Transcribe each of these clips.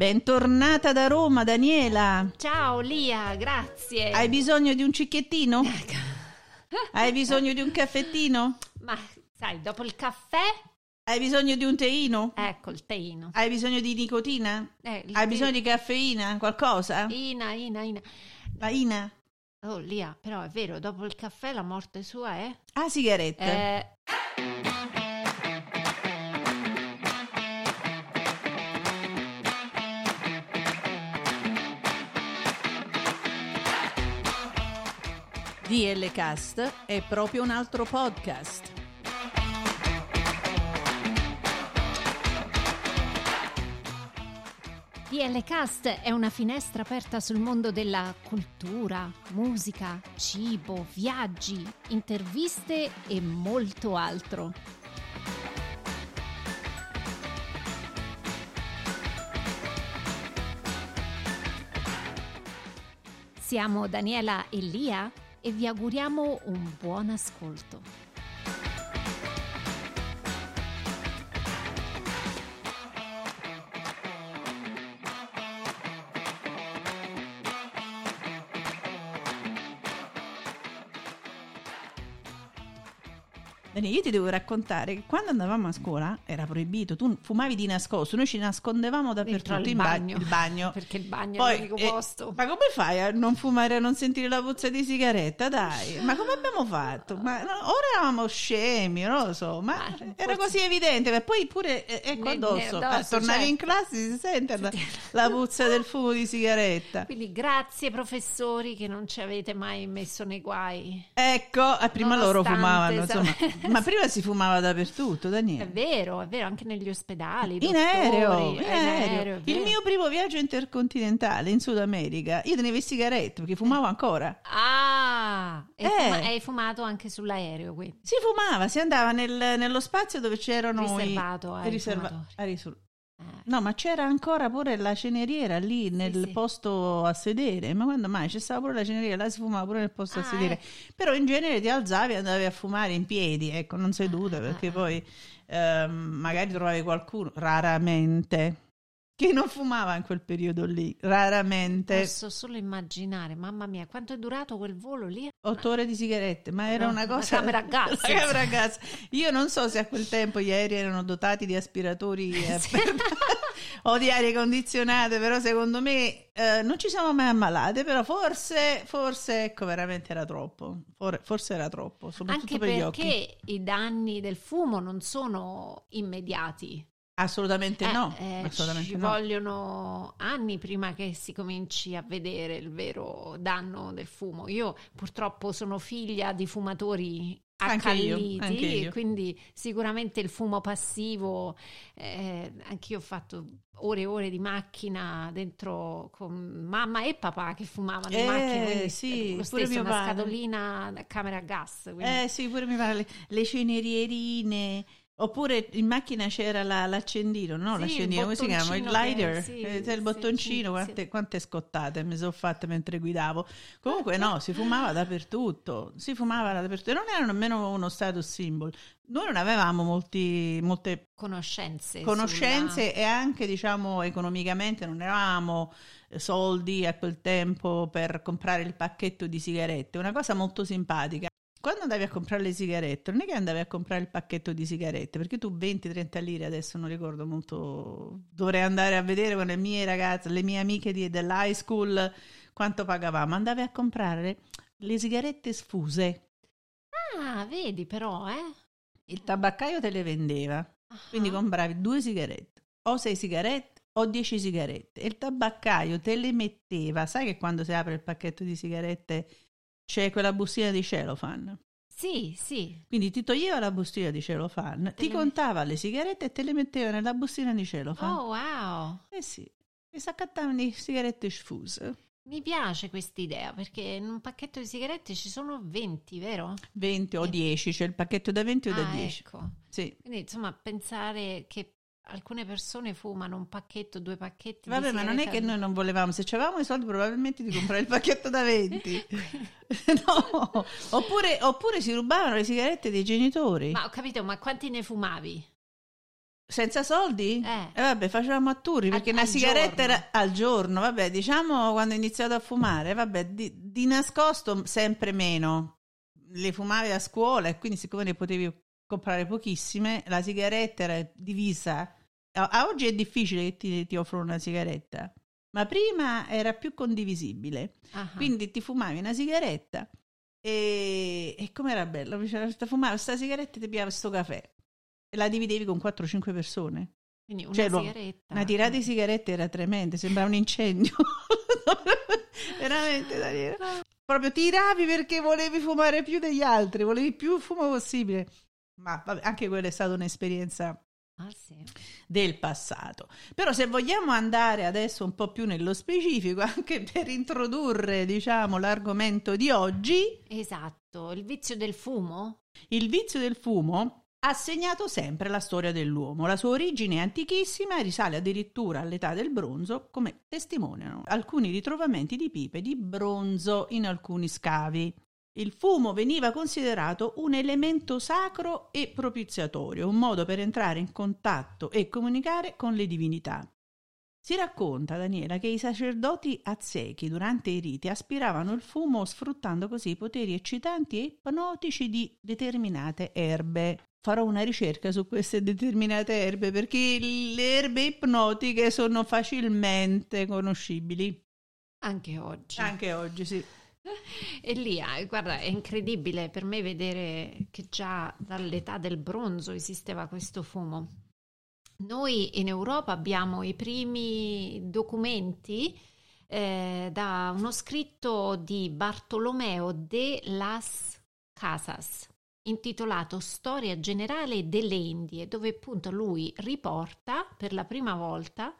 Bentornata da Roma, Daniela. Ciao Lia, grazie. Hai bisogno di un cicchettino? Hai bisogno di un caffettino? Ma sai, dopo il caffè? Hai bisogno di un teino? Ecco, il teino. Hai bisogno di nicotina? Hai bisogno di caffeina? Qualcosa? Ina. La Ina? Oh Lia, però è vero, dopo il caffè la morte sua è? Ah, sigarette. DL Cast è proprio un altro podcast. DL Cast è una finestra aperta sul mondo della cultura, musica, cibo, viaggi, interviste e molto altro. Siamo Daniela e Lia e vi auguriamo un buon ascolto. Bene, io ti devo raccontare che quando andavamo a scuola era proibito, tu fumavi di nascosto, noi ci nascondevamo dappertutto il bagno. Perché il bagno poi, è l'unico posto. Ma come fai a non fumare, a non sentire la puzza di sigaretta? Dai, ma come abbiamo fatto? Ma ora eravamo scemi, non lo so, ma era così evidente. Ma poi pure ecco addosso tornavi in classe, si sente la puzza del fumo di sigaretta. Quindi grazie professori che non ci avete mai messo nei guai. Ecco, prima loro fumavano, insomma. Ma prima si fumava dappertutto, Daniele. È vero, anche negli ospedali. In aereo. Il mio primo viaggio intercontinentale in Sud America, io tenevo il sigaretto perché fumavo ancora. Ah, hai fumato anche sull'aereo, quindi. Si fumava, si andava nello spazio dove c'erano riservato ai fumatori. No, ma c'era ancora pure la ceneriera lì nel posto a sedere, ma quando mai c'è stata pure la ceneriera, là si fumava pure nel posto a sedere, però in genere ti alzavi e andavi a fumare in piedi, ecco, non seduta, perché poi magari trovavi qualcuno, raramente, che non fumava in quel periodo lì, raramente. Posso solo immaginare, mamma mia, quanto è durato quel volo lì? 8 ore di sigarette, ma era una cosa... La camera a gas. Io non so se a quel tempo gli aerei erano dotati di aspiratori o di arie condizionate, però secondo me non ci siamo mai ammalate, però forse ecco, veramente era troppo, forse era troppo, soprattutto anche per gli occhi. Anche perché i danni del fumo non sono immediati. Assolutamente no. Ci vogliono anni prima che si cominci a vedere il vero danno del fumo. Io purtroppo sono figlia di fumatori accalliti, anche io. Quindi sicuramente il fumo passivo, anch'io ho fatto ore e ore di macchina dentro con mamma e papà che fumavano in macchina, quindi sì, lo pure stesso, mio una padre. scatolina da camera a gas. Quindi. Sì, pure mi pare le cenerierine. Oppure in macchina c'era l'accendino, no? Sì, l'accendino, come si chiama? Il lighter, il bottoncino, sì. quante scottate mi sono fatte mentre guidavo. Comunque no, si fumava dappertutto, e non era nemmeno uno status symbol. Noi non avevamo molte conoscenze e anche, diciamo, economicamente non avevamo soldi a quel tempo per comprare il pacchetto di sigarette, una cosa molto simpatica. Quando andavi a comprare le sigarette, non è che andavi a comprare il pacchetto di sigarette, perché tu 20-30 lire, adesso non ricordo molto, dovrei andare a vedere con le mie ragazze, le mie amiche dell'high school, quanto pagavamo. Andavi a comprare le sigarette sfuse. Ah, vedi però, Il tabaccaio te le vendeva, quindi compravi 2 sigarette, o 6 sigarette, o 10 sigarette. E il tabaccaio te le metteva, sai che quando si apre il pacchetto di sigarette c'è quella bustina di cellophane. Sì. Quindi ti toglieva la bustina di cellophane, ti contava le sigarette e te le metteva nella bustina di cellophane. Oh, wow! Sì, e si accattavano le sigarette sfuse. Mi piace quest'idea, perché in un pacchetto di sigarette ci sono 20, vero? 20 o 10, c'è il pacchetto da 20 o da 10. Ecco. Sì. Quindi, insomma, pensare che alcune persone fumano un pacchetto, 2 pacchetti. Vabbè, ma non è che noi non volevamo, se avevamo i soldi probabilmente di comprare il pacchetto da 20. No, oppure si rubavano le sigarette dei genitori. Ma ho capito, ma quanti ne fumavi? Senza soldi? Vabbè, facevamo a turni, perché una sigaretta era al giorno, vabbè, diciamo quando ho iniziato a fumare, vabbè, di nascosto sempre meno. Le fumavi a scuola e quindi siccome ne potevi comprare pochissime, la sigaretta era divisa. A oggi è difficile che ti offrono una sigaretta, ma prima era più condivisibile. Quindi ti fumavi una sigaretta e com'era bello, fumavi questa sigaretta e ti piavi questo caffè. La dividevi con 4-5 persone. Quindi una sigaretta. Una tirata di sigarette era tremenda, sembrava un incendio. Veramente, Daniela. Proprio tiravi perché volevi fumare più degli altri, volevi più fumo possibile. Ma vabbè, anche quella è stata un'esperienza del passato. Però se vogliamo andare adesso un po' più nello specifico, anche per introdurre, diciamo, l'argomento di oggi. Esatto, il vizio del fumo. Il vizio del fumo ha segnato sempre la storia dell'uomo. La sua origine è antichissima e risale addirittura all'età del bronzo, come testimoniano alcuni ritrovamenti di pipe di bronzo in alcuni scavi. Il fumo veniva considerato un elemento sacro e propiziatorio, un modo per entrare in contatto e comunicare con le divinità. Si racconta, Daniela, che i sacerdoti aztechi durante i riti aspiravano il fumo sfruttando così i poteri eccitanti e ipnotici di determinate erbe. Farò una ricerca su queste determinate erbe perché le erbe ipnotiche sono facilmente conoscibili. Anche oggi. Anche oggi, sì. E lì, guarda, è incredibile per me vedere che già dall'età del bronzo esisteva questo fumo. Noi in Europa abbiamo i primi documenti da uno scritto di Bartolomeo de las Casas, intitolato Storia generale delle Indie, dove appunto lui riporta per la prima volta,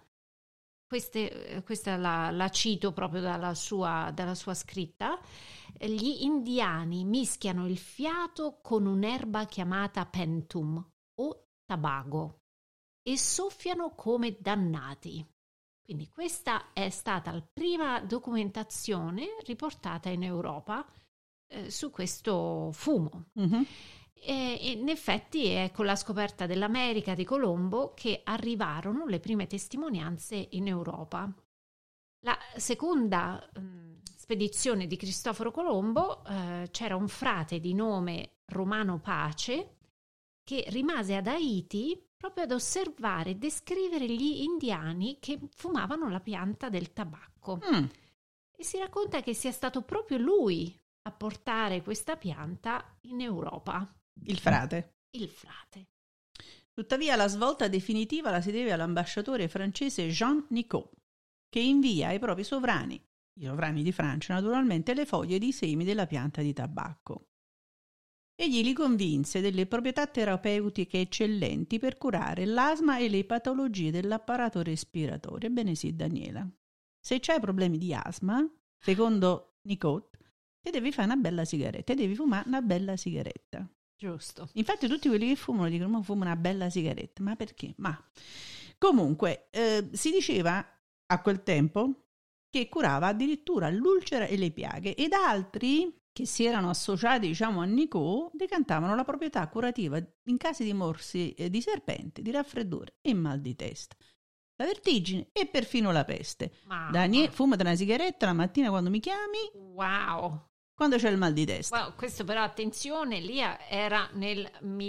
questa la cito proprio dalla sua scritta, gli indiani mischiano il fiato con un'erba chiamata pentum o tabago e soffiano come dannati. Quindi questa è stata la prima documentazione riportata in Europa su questo fumo. Mm-hmm. E in effetti è con la scoperta dell'America di Colombo che arrivarono le prime testimonianze in Europa. La seconda spedizione di Cristoforo Colombo c'era un frate di nome Romano Pace che rimase ad Haiti proprio ad osservare e descrivere gli indiani che fumavano la pianta del tabacco. E si racconta che sia stato proprio lui a portare questa pianta in Europa. Il frate. Il frate. Tuttavia la svolta definitiva la si deve all'ambasciatore francese Jean Nicot, che invia ai propri sovrani, i sovrani di Francia naturalmente, le foglie e i semi della pianta di tabacco. Egli li convinse delle proprietà terapeutiche eccellenti per curare l'asma e le patologie dell'apparato respiratorio. Ebbene sì, Daniela, se c'hai problemi di asma, secondo Nicot, ti devi fare una bella sigaretta, ti devi fumare una bella sigaretta. Giusto. Infatti tutti quelli che fumano dicono fumo una bella sigaretta, ma perché? Ma comunque si diceva a quel tempo che curava addirittura l'ulcera e le piaghe, ed altri che si erano associati, diciamo, a Nicot decantavano la proprietà curativa in casi di morsi di serpente, di raffreddore e mal di testa, la vertigine e perfino la peste. Daniele, fumati una sigaretta la mattina quando mi chiami. Wow! Quando c'è il mal di testa. Wow, questo però, attenzione, lì era nel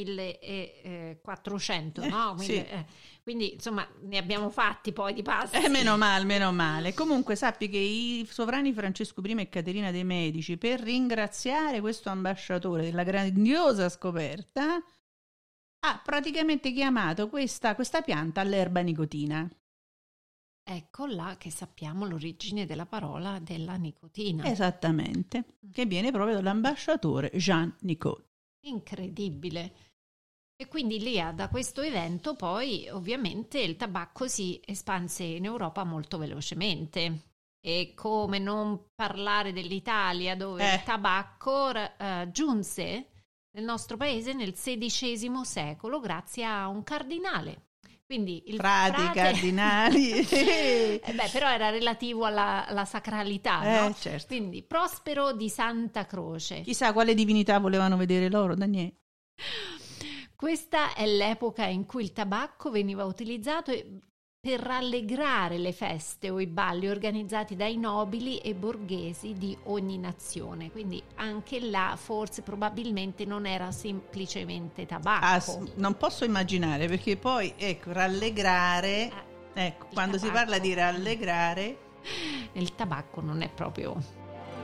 1400, no? Quindi, sì. Quindi, insomma, ne abbiamo fatti poi di passi. Meno male. Comunque sappi che i sovrani Francesco I e Caterina de' Medici, per ringraziare questo ambasciatore della grandiosa scoperta, ha praticamente chiamato questa pianta l'erba nicotina. Ecco là che sappiamo l'origine della parola della nicotina. Esattamente, che viene proprio dall'ambasciatore Jean Nicot. Incredibile. E quindi lì da questo evento poi ovviamente il tabacco si espanse in Europa molto velocemente. E come non parlare dell'Italia, dove il tabacco giunse nel nostro paese nel XVI secolo grazie a un cardinale. Quindi il frate cardinali. Però era relativo alla sacralità, no? Certo. Quindi Prospero di Santa Croce. Chissà quale divinità volevano vedere loro, Daniele. Questa è l'epoca in cui il tabacco veniva utilizzato per rallegrare le feste o i balli organizzati dai nobili e borghesi di ogni nazione. Quindi anche là forse probabilmente non era semplicemente tabacco. Non posso immaginare, perché poi ecco, rallegrare, quando si parla di rallegrare, il tabacco non è proprio...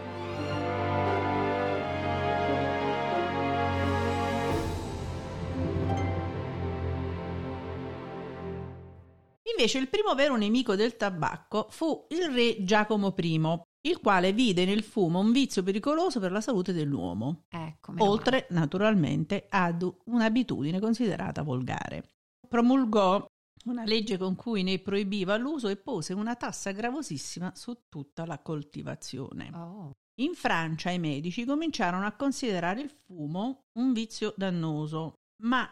Invece il primo vero nemico del tabacco fu il re Giacomo I, il quale vide nel fumo un vizio pericoloso per la salute dell'uomo, oltre naturalmente ad un'abitudine considerata volgare. Promulgò una legge con cui ne proibiva l'uso e pose una tassa gravosissima su tutta la coltivazione. In Francia i medici cominciarono a considerare il fumo un vizio dannoso, ma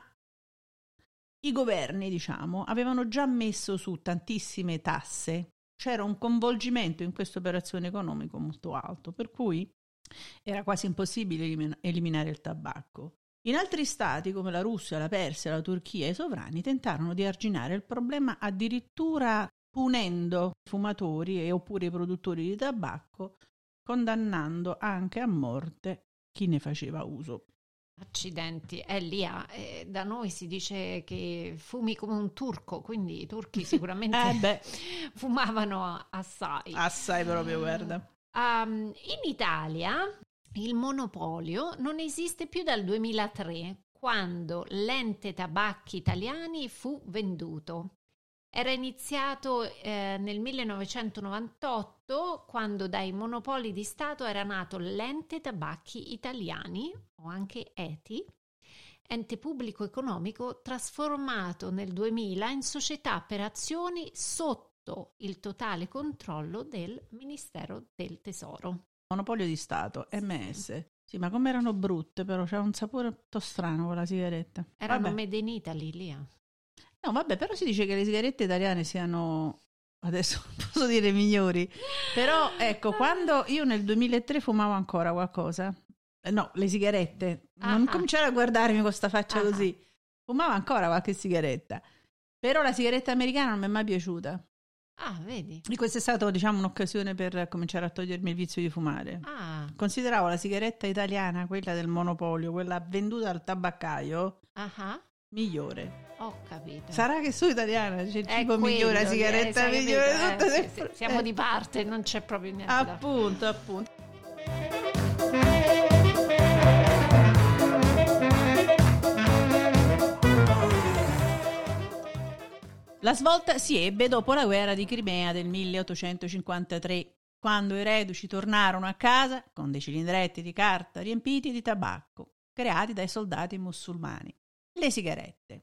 i governi, avevano già messo su tantissime tasse. C'era un coinvolgimento in questa operazione economica molto alto, per cui era quasi impossibile eliminare il tabacco. In altri stati, come la Russia, la Persia, la Turchia, i sovrani tentarono di arginare il problema addirittura punendo i fumatori oppure i produttori di tabacco, condannando anche a morte chi ne faceva uso. Accidenti, lì da noi si dice che fumi come un turco, quindi i turchi sicuramente fumavano assai. Assai proprio, guarda. In Italia il monopolio non esiste più dal 2003, quando l'ente tabacchi italiani fu venduto. Era iniziato nel 1998, quando dai monopoli di Stato era nato l'Ente Tabacchi Italiani, o anche ETI, ente pubblico economico trasformato nel 2000 in società per azioni sotto il totale controllo del Ministero del Tesoro. Monopolio di Stato, MS. Sì, ma come erano brutte, però c'era un sapore molto strano con la sigaretta. Erano made in Italy, lì. No, vabbè, però si dice che le sigarette italiane siano, adesso non posso dire migliori, però ecco, quando io nel 2003 fumavo ancora qualcosa, no, le sigarette, non cominciare a guardarmi con questa faccia così, fumavo ancora qualche sigaretta, però la sigaretta americana non mi è mai piaciuta. Vedi? E questa è stata, un'occasione per cominciare a togliermi il vizio di fumare. Consideravo la sigaretta italiana, quella del monopolio, quella venduta al tabaccaio, migliore. Ho capito. Sarà che sono italiana, c'è il tipo migliore, la sigaretta migliore. Siamo di parte, non c'è proprio niente. Appunto. La svolta si ebbe dopo la guerra di Crimea del 1853, quando i reduci tornarono a casa con dei cilindretti di carta riempiti di tabacco, creati dai soldati musulmani. Le sigarette.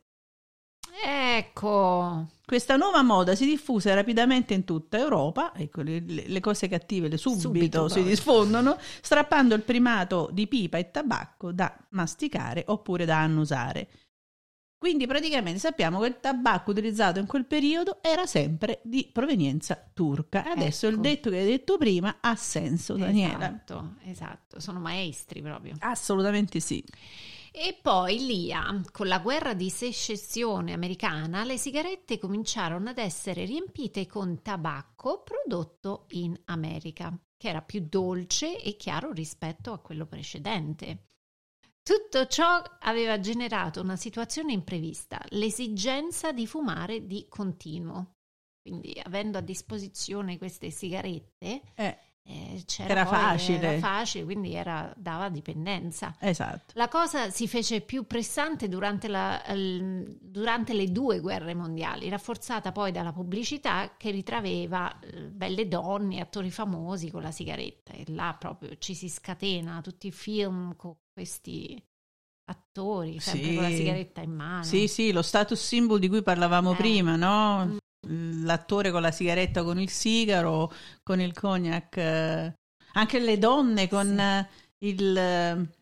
Ecco. Questa nuova moda si diffuse rapidamente in tutta Europa, ecco, le cose cattive subito si diffondono, strappando il primato di pipa e tabacco da masticare oppure da annusare. Quindi praticamente sappiamo che il tabacco utilizzato in quel periodo era sempre di provenienza turca. Adesso il detto che hai detto prima ha senso, Daniela. Esatto, sono maestri proprio. Assolutamente sì. E poi lì, con la guerra di secessione americana, le sigarette cominciarono ad essere riempite con tabacco prodotto in America, che era più dolce e chiaro rispetto a quello precedente. Tutto ciò aveva generato una situazione imprevista, l'esigenza di fumare di continuo. Quindi, avendo a disposizione queste sigarette, era facile, quindi dava dipendenza. Esatto. La cosa si fece più pressante durante le 2 guerre mondiali, rafforzata poi dalla pubblicità che ritraveva belle donne, attori famosi con la sigaretta, e là proprio ci si scatena tutti i film con questi attori sempre con la sigaretta in mano. Sì, lo status symbol di cui parlavamo prima, no? L'attore con la sigaretta, con il sigaro, con il cognac, anche le donne con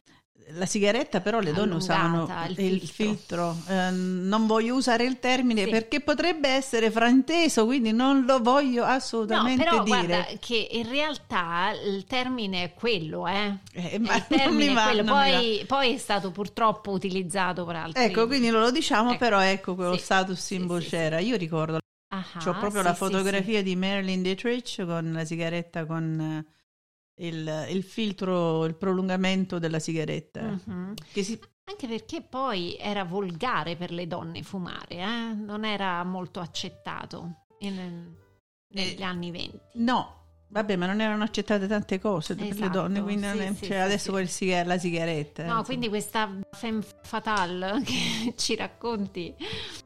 la sigaretta, però le donne usavano il filtro. Non voglio usare il termine perché potrebbe essere frainteso, quindi non lo voglio assolutamente però dire. Guarda che in realtà il termine è quello, ma il termine è quello. Poi è stato purtroppo utilizzato per altri. Ecco, quindi non lo diciamo, però ecco quello status symbol c'era. Io ricordo, c'ho proprio la fotografia di Marilyn Dietrich con la sigaretta con il filtro, il prolungamento della sigaretta. Anche perché poi era volgare per le donne fumare, non era molto accettato negli anni 20. No, vabbè, ma non erano accettate tante cose per le donne, quindi adesso la sigaretta. No, quindi questa femme fatale che ci racconti.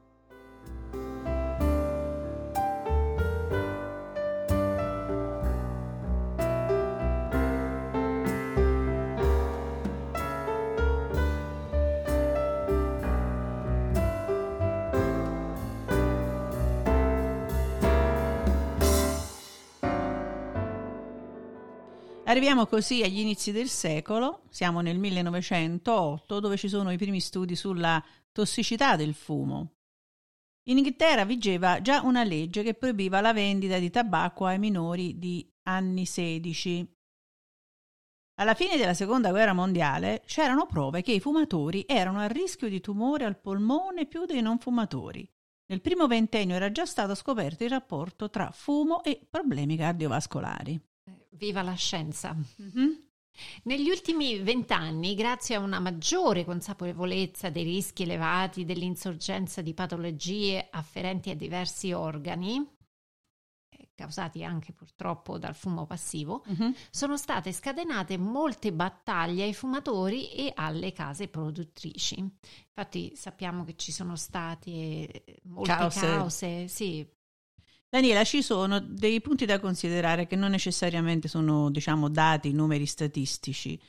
Arriviamo così agli inizi del secolo, siamo nel 1908, dove ci sono i primi studi sulla tossicità del fumo. In Inghilterra vigeva già una legge che proibiva la vendita di tabacco ai minori di anni 16. Alla fine della Seconda Guerra Mondiale c'erano prove che i fumatori erano a rischio di tumore al polmone più dei non fumatori. Nel primo ventennio era già stato scoperto il rapporto tra fumo e problemi cardiovascolari. Viva la scienza! Negli ultimi 20 anni, grazie a una maggiore consapevolezza dei rischi elevati dell'insorgenza di patologie afferenti a diversi organi, causati anche purtroppo dal fumo passivo, sono state scatenate molte battaglie ai fumatori e alle case produttrici. Infatti sappiamo che ci sono state molte cause. Sì. Daniela, ci sono dei punti da considerare che non necessariamente sono, dati, numeri statistici,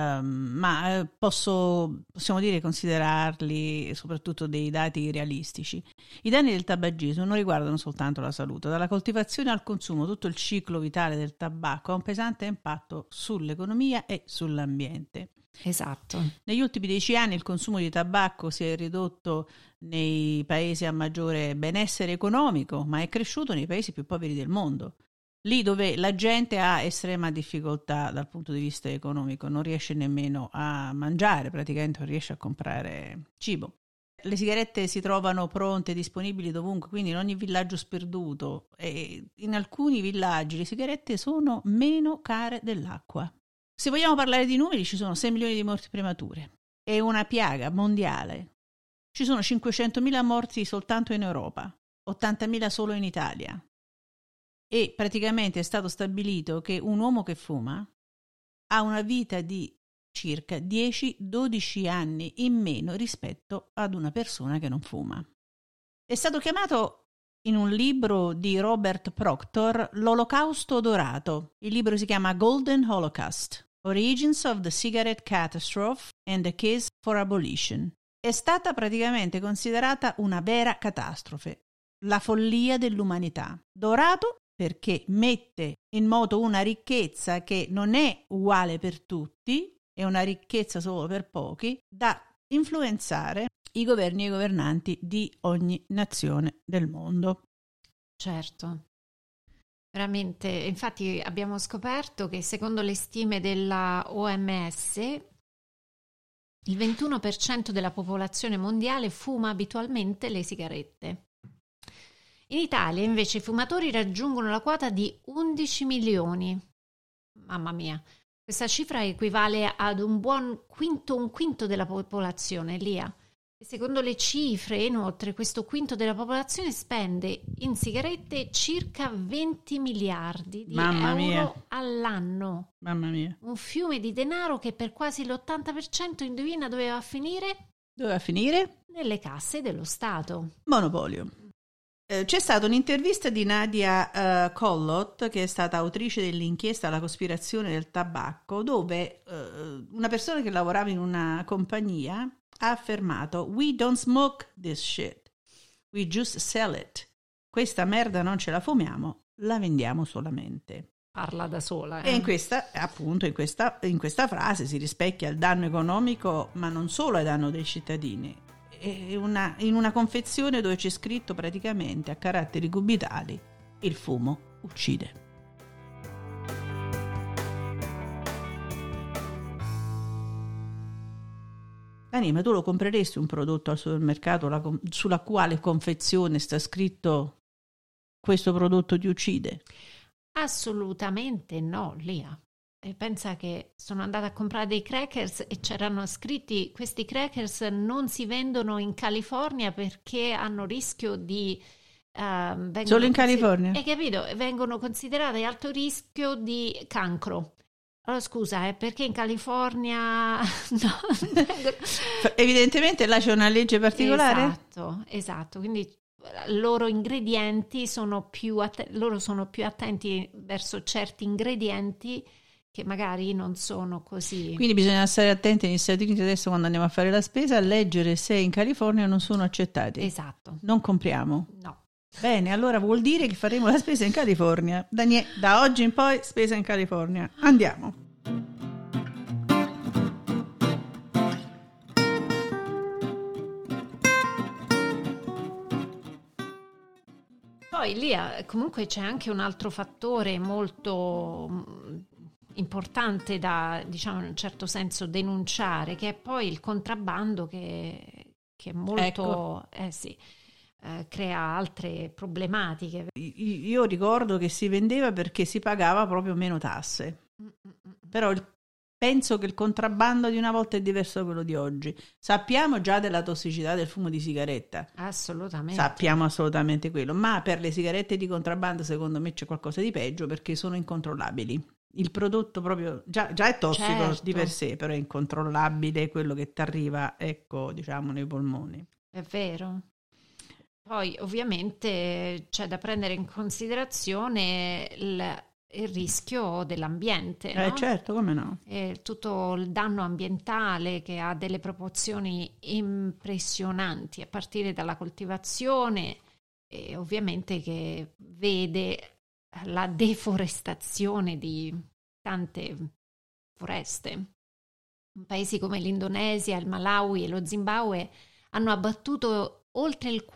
ma possiamo dire considerarli soprattutto dei dati realistici. I danni del tabagismo non riguardano soltanto la salute, dalla coltivazione al consumo, tutto il ciclo vitale del tabacco ha un pesante impatto sull'economia e sull'ambiente. Esatto. Negli ultimi 10 anni il consumo di tabacco si è ridotto nei paesi a maggiore benessere economico, ma è cresciuto nei paesi più poveri del mondo. Lì dove la gente ha estrema difficoltà dal punto di vista economico, non riesce nemmeno a mangiare, praticamente non riesce a comprare cibo. Le sigarette si trovano pronte, disponibili dovunque, quindi in ogni villaggio sperduto, e in alcuni villaggi le sigarette sono meno care dell'acqua. Se vogliamo parlare di numeri, ci sono 6 milioni di morti premature. È una piaga mondiale. Ci sono 500.000 morti soltanto in Europa, 80.000 solo in Italia. E praticamente è stato stabilito che un uomo che fuma ha una vita di circa 10-12 anni in meno rispetto ad una persona che non fuma. È stato chiamato in un libro di Robert Proctor l'Olocausto dorato. Il libro si chiama Golden Holocaust. Origins of the Cigarette Catastrophe and the Case for Abolition. È stata praticamente considerata una vera catastrofe, la follia dell'umanità. Dorato perché mette in moto una ricchezza che non è uguale per tutti, è una ricchezza solo per pochi, da influenzare i governi e i governanti di ogni nazione del mondo. Certo. Veramente, infatti abbiamo scoperto che secondo le stime della OMS il 21% della popolazione mondiale fuma abitualmente le sigarette. In Italia invece i fumatori raggiungono la quota di 11 milioni. Mamma mia, questa cifra equivale ad un quinto della popolazione, Lia. E secondo le cifre, inoltre, questo quinto della popolazione spende in sigarette circa 20 miliardi di euro all'anno. Mamma mia. Un fiume di denaro che per quasi l'80% indovina doveva finire? Doveva finire? Nelle casse dello Stato. Monopolio. C'è stata un'intervista di Nadia Collot, che è stata autrice dell'inchiesta alla cospirazione del tabacco, dove una persona che lavorava in una compagnia ha affermato: "We don't smoke this shit, we just sell it." Questa merda non ce la fumiamo, la vendiamo solamente. parla da sola. E in questa frase si rispecchia il danno economico, ma non solo ai danno dei cittadini. In una confezione dove c'è scritto praticamente a caratteri cubitali: il fumo uccide. Dani, ma tu lo compreresti un prodotto al supermercato sulla quale confezione sta scritto questo prodotto ti uccide? Assolutamente no, Lia. E pensa che sono andata a comprare dei crackers e c'erano scritti: questi crackers non si vendono in California perché hanno rischio di... Solo in California? Hai capito? Vengono considerati alto rischio di cancro. Allora scusa, perché in California no? Evidentemente là c'è una legge particolare? Esatto, quindi loro ingredienti sono loro sono più attenti verso certi ingredienti che magari non sono così. Quindi bisogna stare attenti negli Stati Uniti adesso quando andiamo a fare la spesa a leggere se in California non sono accettati. Esatto. Non compriamo. No. Bene, allora vuol dire che faremo la spesa in California. Da oggi in poi spesa in California. Andiamo. Poi lì comunque c'è anche un altro fattore molto importante da, diciamo, in un certo senso denunciare, che è poi il contrabbando che è molto... Ecco. Crea altre problematiche. Io ricordo che si vendeva perché si pagava proprio meno tasse. Però penso che il contrabbando di una volta è diverso da quello di oggi. Sappiamo già della tossicità del fumo di sigaretta. Assolutamente. Sappiamo assolutamente quello, ma per le sigarette di contrabbando secondo me c'è qualcosa di peggio perché sono incontrollabili. Il prodotto proprio già è tossico, certo, di per sé, però è incontrollabile quello che ti arriva, ecco, diciamo, nei polmoni. È vero. Poi ovviamente c'è da prendere in considerazione il rischio dell'ambiente, no? Certo, come no? E tutto il danno ambientale che ha delle proporzioni impressionanti, a partire dalla coltivazione e ovviamente che vede la deforestazione di tante foreste. Paesi come l'Indonesia, il Malawi e lo Zimbabwe hanno abbattuto oltre il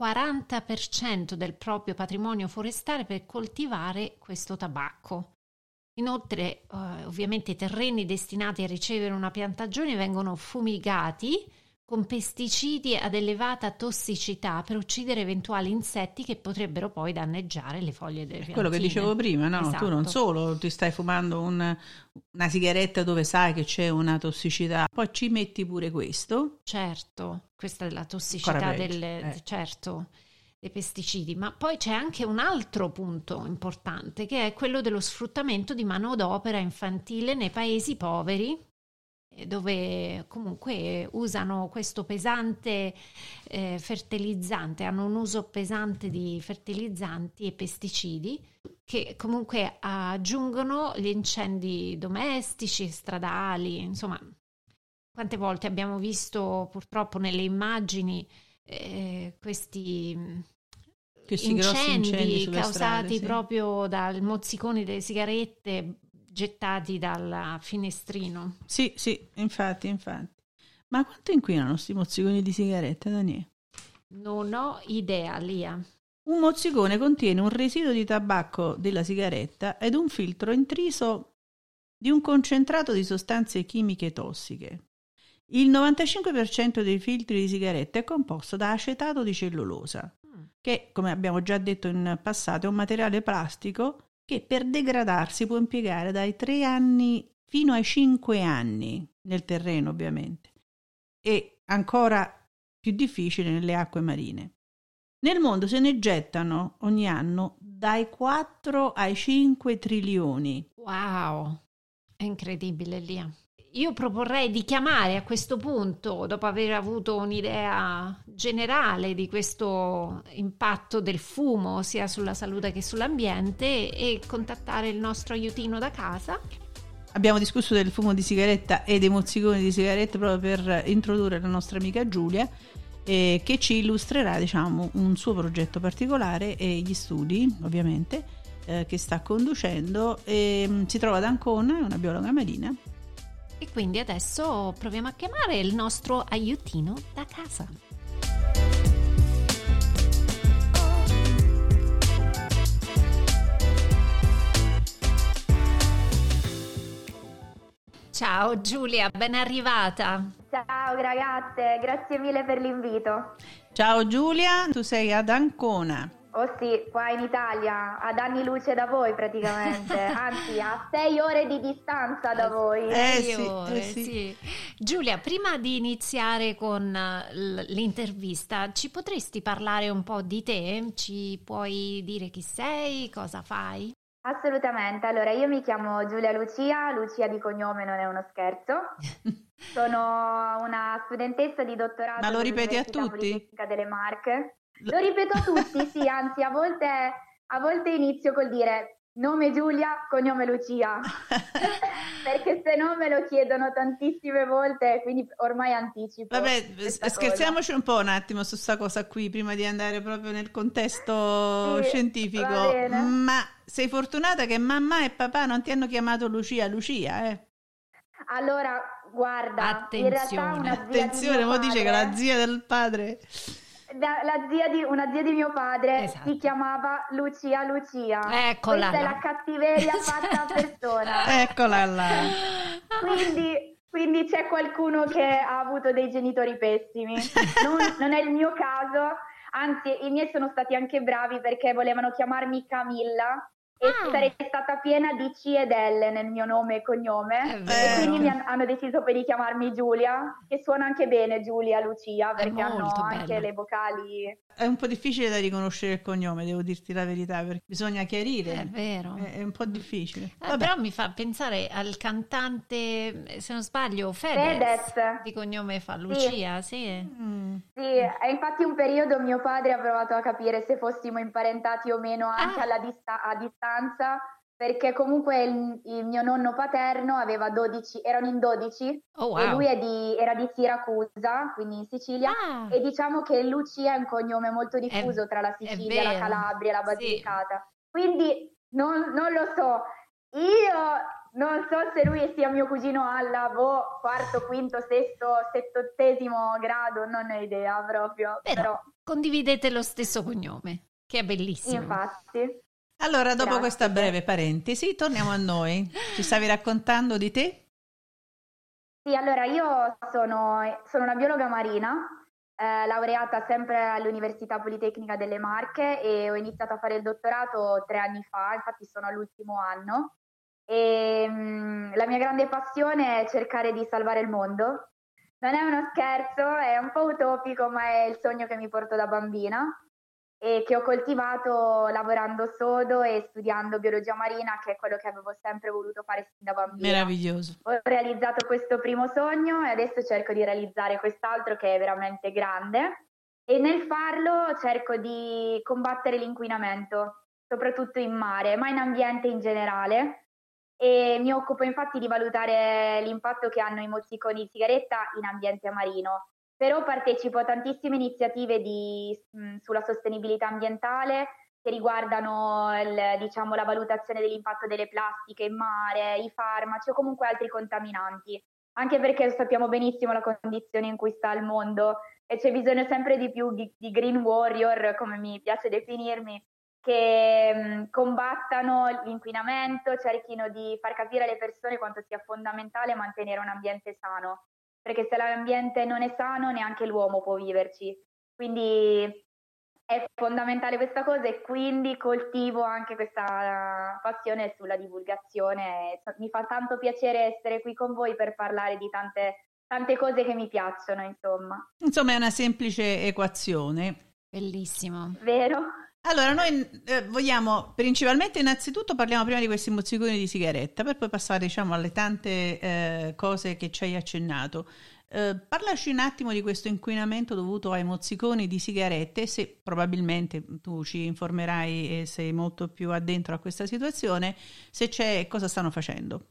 40% del proprio patrimonio forestale per coltivare questo tabacco. Inoltre, ovviamente, i terreni destinati a ricevere una piantagione vengono fumigati con pesticidi ad elevata tossicità per uccidere eventuali insetti che potrebbero poi danneggiare le foglie delle piantine. Quello che dicevo prima, no? Esatto. Tu non solo ti stai fumando una sigaretta dove sai che c'è una tossicità, poi ci metti pure questo. Certo, questa è la tossicità certo, dei pesticidi, ma poi c'è anche un altro punto importante che è quello dello sfruttamento di manodopera infantile nei paesi poveri, dove comunque usano questo pesante fertilizzante, hanno un uso pesante di fertilizzanti e pesticidi che comunque aggiungono gli incendi domestici, stradali, insomma, quante volte abbiamo visto purtroppo nelle immagini questi incendi causati strade, sì, proprio dal mozziconi delle sigarette gettati dal finestrino. Sì, infatti. Ma quanto inquinano sti mozziconi di sigarette, Daniele? Non ho idea, Lia. Un mozzicone contiene un residuo di tabacco della sigaretta ed un filtro intriso di un concentrato di sostanze chimiche tossiche. Il 95% dei filtri di sigaretta è composto da acetato di cellulosa, che, come abbiamo già detto in passato, è un materiale plastico che per degradarsi può impiegare dai 3 anni fino ai 5 anni nel terreno, ovviamente, e ancora più difficile nelle acque marine. Nel mondo se ne gettano ogni anno dai 4 ai 5 trilioni. Wow, è incredibile, Lia. Io proporrei di chiamare a questo punto, dopo aver avuto un'idea generale di questo impatto del fumo sia sulla salute che sull'ambiente, e contattare il nostro aiutino da casa. Abbiamo discusso del fumo di sigaretta e dei mozziconi di sigaretta proprio per introdurre la nostra amica Giulia, che ci illustrerà, diciamo, un suo progetto particolare e gli studi, ovviamente, che sta conducendo, e si trova ad Ancona, è una biologa marina. E quindi adesso proviamo a chiamare il nostro aiutino da casa. Ciao Giulia, ben arrivata. Ciao ragazze, grazie mille per l'invito. Ciao Giulia, tu sei ad Ancona. Oh sì, qua in Italia, ad anni luce da voi praticamente, anzi a 6 ore di distanza da voi. Sì. Giulia, prima di iniziare con l'intervista, ci potresti parlare un po' di te? Ci puoi dire chi sei, cosa fai? Assolutamente, allora io mi chiamo Giulia Lucia di cognome non è uno scherzo. Sono una studentessa di dottorato Ma lo ripeti a dell'Università tutti? Politecnica delle Marche. Lo ripeto a tutti, sì, anzi a volte inizio col dire nome Giulia, cognome Lucia, perché se no me lo chiedono tantissime volte, quindi ormai anticipo. Vabbè, scherziamoci un po' un attimo su sta cosa qui, prima di andare proprio nel contesto scientifico. Va bene. Ma sei fortunata che mamma e papà non ti hanno chiamato Lucia, Allora, guarda, in realtà Attenzione, mo dice che la zia del padre... una zia di mio padre Esatto. si chiamava Lucia. Eccola Questa là. è la cattiveria fatta a persona. Eccola là. Quindi c'è qualcuno che ha avuto dei genitori pessimi. Non è il mio caso, anzi i miei sono stati anche bravi perché volevano chiamarmi Camilla e sarei stata piena di C ed L nel mio nome e cognome, e quindi hanno deciso per di chiamarmi Giulia, che suona anche bene Giulia, Lucia, perché hanno anche le vocali. È un po' difficile da riconoscere il cognome, devo dirti la verità, perché bisogna chiarire. È vero. È un po' difficile. Però mi fa pensare al cantante, se non sbaglio, Fedez. Di cognome fa Lucia, sì. Sì, e infatti un periodo mio padre ha provato a capire se fossimo imparentati o meno anche a distanza, perché comunque il mio nonno paterno aveva 12, erano in 12, e lui era di Siracusa, quindi in Sicilia, e diciamo che Lucia è un cognome molto diffuso tra la Sicilia, la Calabria, la Basilicata. Sì. Quindi non lo so, io non so se lui sia mio cugino alla quarto, quinto, sesto, settottesimo grado, non ho idea proprio. Però condividete lo stesso cognome, che è bellissimo. Infatti. Allora, dopo questa breve parentesi, torniamo a noi. Ci stavi raccontando di te? Sì, allora io sono una biologa marina, laureata sempre all'Università Politecnica delle Marche, e ho iniziato a fare il dottorato 3 anni fa, infatti sono all'ultimo anno, e la mia grande passione è cercare di salvare il mondo. Non è uno scherzo, è un po' utopico, ma è il sogno che mi porto da bambina e che ho coltivato lavorando sodo e studiando biologia marina, che è quello che avevo sempre voluto fare sin da bambina. Meraviglioso. Ho realizzato questo primo sogno e adesso cerco di realizzare quest'altro che è veramente grande, e nel farlo cerco di combattere l'inquinamento, soprattutto in mare, ma in ambiente in generale, e mi occupo infatti di valutare l'impatto che hanno i mozziconi di sigaretta in ambiente marino. Però partecipo a tantissime iniziative sulla sostenibilità ambientale che riguardano la valutazione dell'impatto delle plastiche in mare, i farmaci o comunque altri contaminanti, anche perché sappiamo benissimo la condizione in cui sta il mondo e c'è bisogno sempre di più di green warrior, come mi piace definirmi, che combattano l'inquinamento, cerchino di far capire alle persone quanto sia fondamentale mantenere un ambiente sano, perché se l'ambiente non è sano neanche l'uomo può viverci, quindi è fondamentale questa cosa, e quindi coltivo anche questa passione sulla divulgazione. Mi fa tanto piacere essere qui con voi per parlare di tante cose che mi piacciono, insomma è una semplice equazione. Bellissimo. Vero? Allora, noi vogliamo principalmente, innanzitutto parliamo prima di questi mozziconi di sigaretta, per poi passare, alle tante cose che ci hai accennato. Parlaci un attimo di questo inquinamento dovuto ai mozziconi di sigarette, se probabilmente tu ci informerai e sei molto più addentro a questa situazione, se c'è, cosa stanno facendo.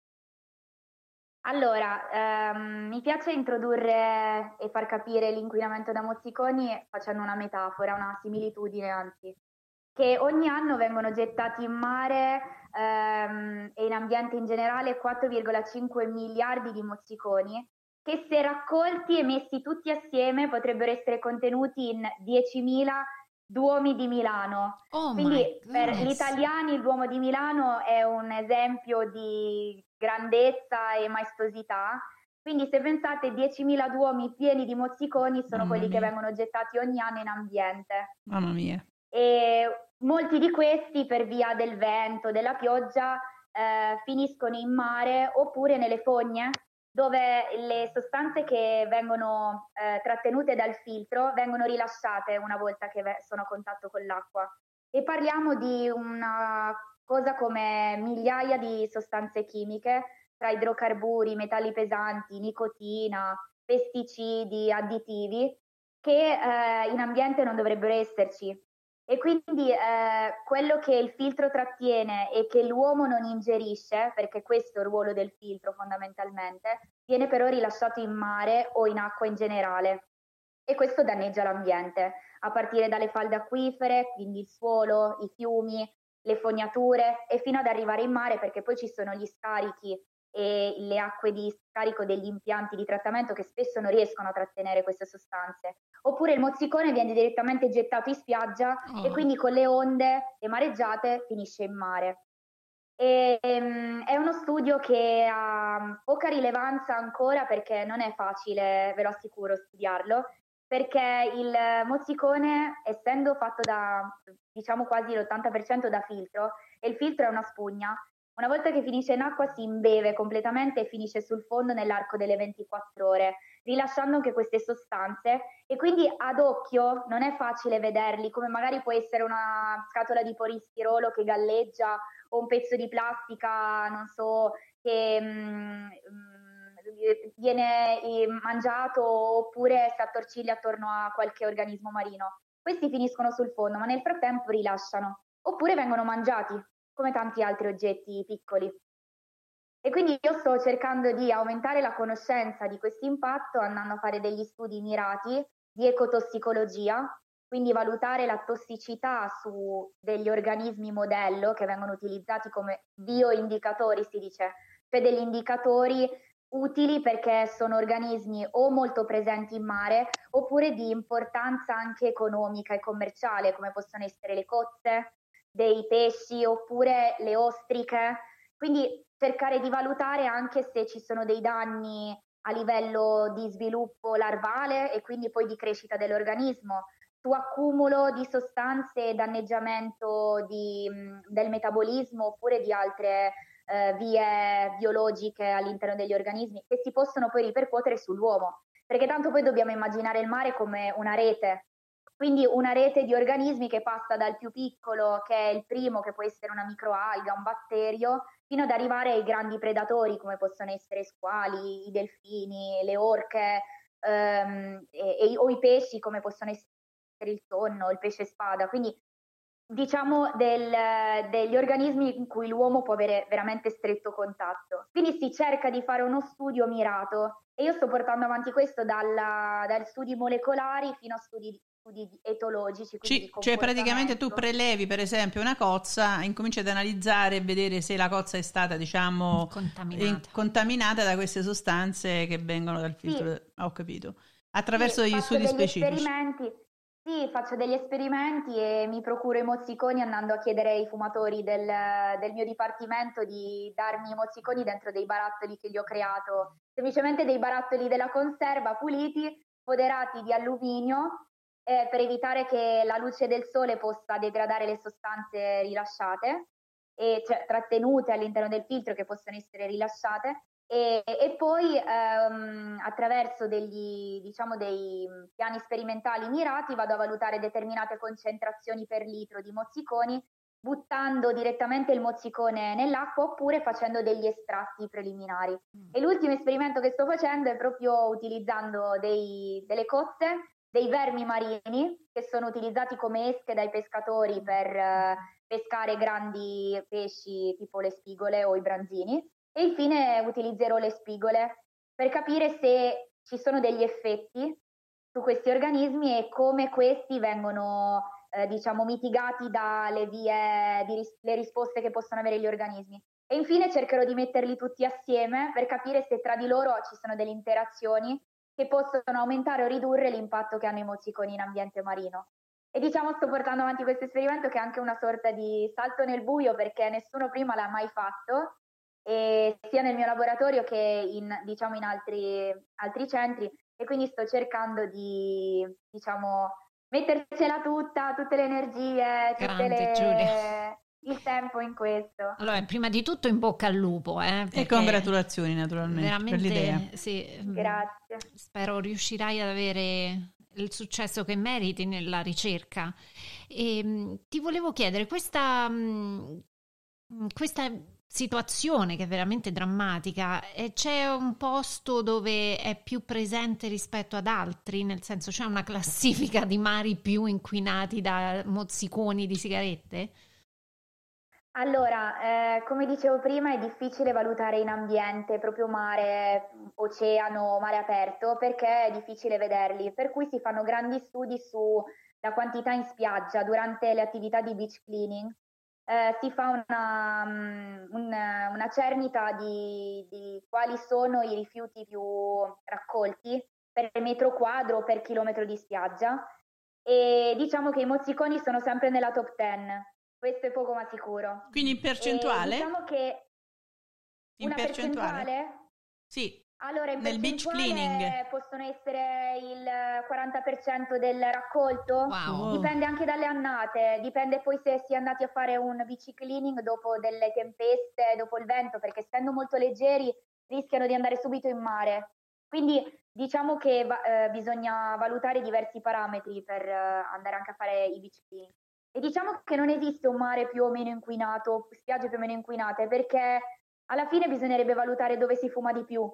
Allora, mi piace introdurre e far capire l'inquinamento da mozziconi facendo una metafora, una similitudine anzi, che ogni anno vengono gettati in mare e in ambiente in generale 4,5 miliardi di mozziconi, che se raccolti e messi tutti assieme potrebbero essere contenuti in 10.000 Duomi di Milano. Quindi per gli italiani il Duomo di Milano è un esempio di grandezza e maestosità. Quindi se pensate 10.000 duomi pieni di mozziconi sono quelli che vengono gettati ogni anno in ambiente. Mamma mia. E molti di questi per via del vento, della pioggia, finiscono in mare oppure nelle fogne, dove le sostanze che vengono trattenute dal filtro vengono rilasciate una volta che sono a contatto con l'acqua. E parliamo di una cosa come migliaia di sostanze chimiche, tra idrocarburi, metalli pesanti, nicotina, pesticidi, additivi, che in ambiente non dovrebbero esserci. E quindi quello che il filtro trattiene e che l'uomo non ingerisce, perché questo è il ruolo del filtro fondamentalmente, viene però rilasciato in mare o in acqua in generale. E questo danneggia l'ambiente, a partire dalle falde acquifere, quindi il suolo, i fiumi, le fognature, e fino ad arrivare in mare, perché poi ci sono gli scarichi e le acque di scarico degli impianti di trattamento che spesso non riescono a trattenere queste sostanze. Oppure il mozzicone viene direttamente gettato in spiaggia e quindi con le onde e mareggiate finisce in mare. È uno studio che ha poca rilevanza ancora, perché non è facile, ve lo assicuro, studiarlo, perché il mozzicone, essendo fatto da, diciamo, quasi l'80% da filtro, e il filtro è una spugna, una volta che finisce in acqua si imbeve completamente e finisce sul fondo nell'arco delle 24 ore, rilasciando anche queste sostanze, e quindi ad occhio non è facile vederli, come magari può essere una scatola di polistirolo che galleggia o un pezzo di plastica, non so, che viene mangiato oppure si attorciglia attorno a qualche organismo marino. Questi finiscono sul fondo, ma nel frattempo rilasciano, oppure vengono mangiati, come tanti altri oggetti piccoli. E quindi io sto cercando di aumentare la conoscenza di questo impatto andando a fare degli studi mirati di ecotossicologia, quindi valutare la tossicità su degli organismi modello che vengono utilizzati come bioindicatori, si dice, cioè degli indicatori utili perché sono organismi o molto presenti in mare oppure di importanza anche economica e commerciale, come possono essere le cozze dei pesci oppure le ostriche. Quindi cercare di valutare anche se ci sono dei danni a livello di sviluppo larvale e quindi poi di crescita dell'organismo, su accumulo di sostanze e danneggiamento del metabolismo oppure di altre vie biologiche all'interno degli organismi che si possono poi ripercuotere sull'uomo, perché tanto poi dobbiamo immaginare il mare come una rete. Quindi una rete di organismi che passa dal più piccolo, che è il primo, che può essere una microalga, un batterio, fino ad arrivare ai grandi predatori, come possono essere squali, i delfini, le orche, o i pesci, come possono essere il tonno, il pesce spada. Quindi diciamo degli organismi in cui l'uomo può avere veramente stretto contatto. Quindi si cerca di fare uno studio mirato e io sto portando avanti questo dagli studi molecolari fino a studi etologici. Cioè praticamente tu prelevi per esempio una cozza, incominci ad analizzare e vedere se la cozza è stata, diciamo, contaminata da queste sostanze che vengono dal filtro. Sì. Ho capito. Attraverso degli studi specifici. Sì, faccio degli esperimenti e mi procuro i mozziconi andando a chiedere ai fumatori del mio dipartimento di darmi i mozziconi dentro dei barattoli che gli ho creato, semplicemente dei barattoli della conserva puliti, foderati di alluminio, per evitare che la luce del sole possa degradare le sostanze rilasciate, cioè trattenute all'interno del filtro che possono essere rilasciate. E poi attraverso dei piani sperimentali mirati vado a valutare determinate concentrazioni per litro di mozziconi, buttando direttamente il mozzicone nell'acqua oppure facendo degli estratti preliminari. E l'ultimo esperimento che sto facendo è proprio utilizzando delle cozze, dei vermi marini che sono utilizzati come esche dai pescatori per pescare grandi pesci tipo le spigole o i branzini. E infine utilizzerò le spigole per capire se ci sono degli effetti su questi organismi e come questi vengono diciamo mitigati dalle vie le risposte che possono avere gli organismi. E infine cercherò di metterli tutti assieme per capire se tra di loro ci sono delle interazioni che possono aumentare o ridurre l'impatto che hanno i mozziconi in ambiente marino. E diciamo sto portando avanti questo esperimento che è anche una sorta di salto nel buio, perché nessuno prima l'ha mai fatto, e sia nel mio laboratorio che in altri centri, e quindi sto cercando di, diciamo, mettercela tutte le energie, il tempo in questo. Allora, prima di tutto in bocca al lupo. E congratulazioni naturalmente per l'idea. Sì, grazie. Spero riuscirai ad avere il successo che meriti nella ricerca. E ti volevo chiedere, questa situazione che è veramente drammatica, c'è un posto dove è più presente rispetto ad altri? Nel senso, c'è una classifica di mari più inquinati da mozziconi di sigarette? Allora, come dicevo prima, è difficile valutare in ambiente, proprio mare, oceano, mare aperto, perché è difficile vederli, per cui si fanno grandi studi sulla quantità in spiaggia durante le attività di beach cleaning. Si fa una cernita di quali sono i rifiuti più raccolti per metro quadro o per chilometro di spiaggia, e diciamo che i mozziconi sono sempre nella top 10. Questo è poco ma sicuro. Quindi in percentuale? Diciamo che in percentuale? Sì. Allora, in nel beach cleaning possono essere il 40% del raccolto. Wow. Dipende anche dalle annate, dipende poi se si è andati a fare un beach cleaning dopo delle tempeste, dopo il vento, perché essendo molto leggeri rischiano di andare subito in mare. Quindi diciamo che bisogna valutare diversi parametri per andare anche a fare i beach cleaning. E diciamo che non esiste un mare più o meno inquinato, spiagge più o meno inquinate, perché alla fine bisognerebbe valutare dove si fuma di più.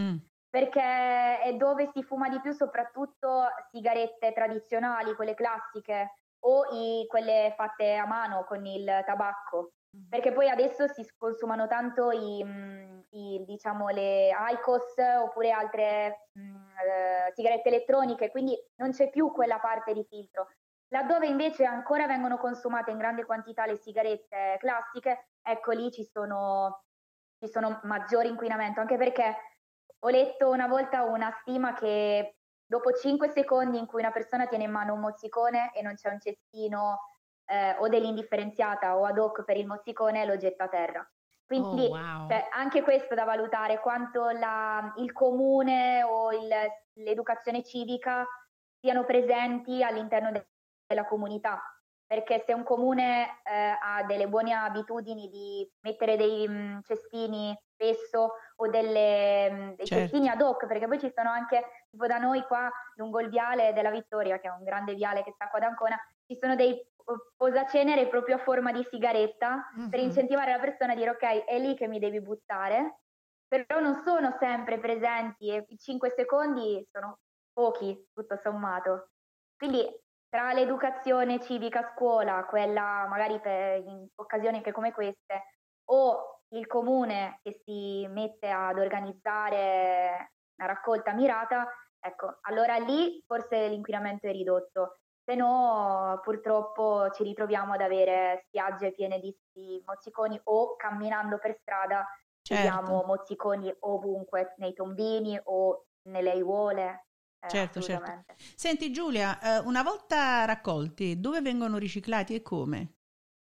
Perché è dove si fuma di più soprattutto sigarette tradizionali, quelle classiche, o quelle fatte a mano con il tabacco, perché poi adesso si consumano tanto diciamo le IQOS oppure altre sigarette elettroniche, quindi non c'è più quella parte di filtro. Laddove invece ancora vengono consumate in grande quantità le sigarette classiche, ecco lì ci sono maggiori inquinamento, anche perché ho letto una volta una stima che dopo 5 secondi in cui una persona tiene in mano un mozzicone e non c'è un cestino o dell'indifferenziata o ad hoc per il mozzicone, lo getta a terra. Quindi cioè, anche questo da valutare, quanto il comune o l'educazione civica siano presenti all'interno della comunità, perché se un comune ha delle buone abitudini di mettere dei cestini spesso o dei cestini ad hoc, perché poi ci sono anche, tipo da noi qua lungo il viale della Vittoria, che è un grande viale che sta qua ad Ancona, ci sono dei posacenere proprio a forma di sigaretta per incentivare la persona a dire ok, è lì che mi devi buttare, però non sono sempre presenti e i 5 secondi sono pochi tutto sommato. Quindi tra l'educazione civica a scuola, quella magari in occasioni anche come queste, o il comune che si mette ad organizzare una raccolta mirata, ecco, allora lì forse l'inquinamento è ridotto. Se no, purtroppo ci ritroviamo ad avere spiagge piene di mozziconi, o camminando per strada vediamo mozziconi ovunque, nei tombini o nelle aiuole. Certo. Senti Giulia, una volta raccolti, dove vengono riciclati e come?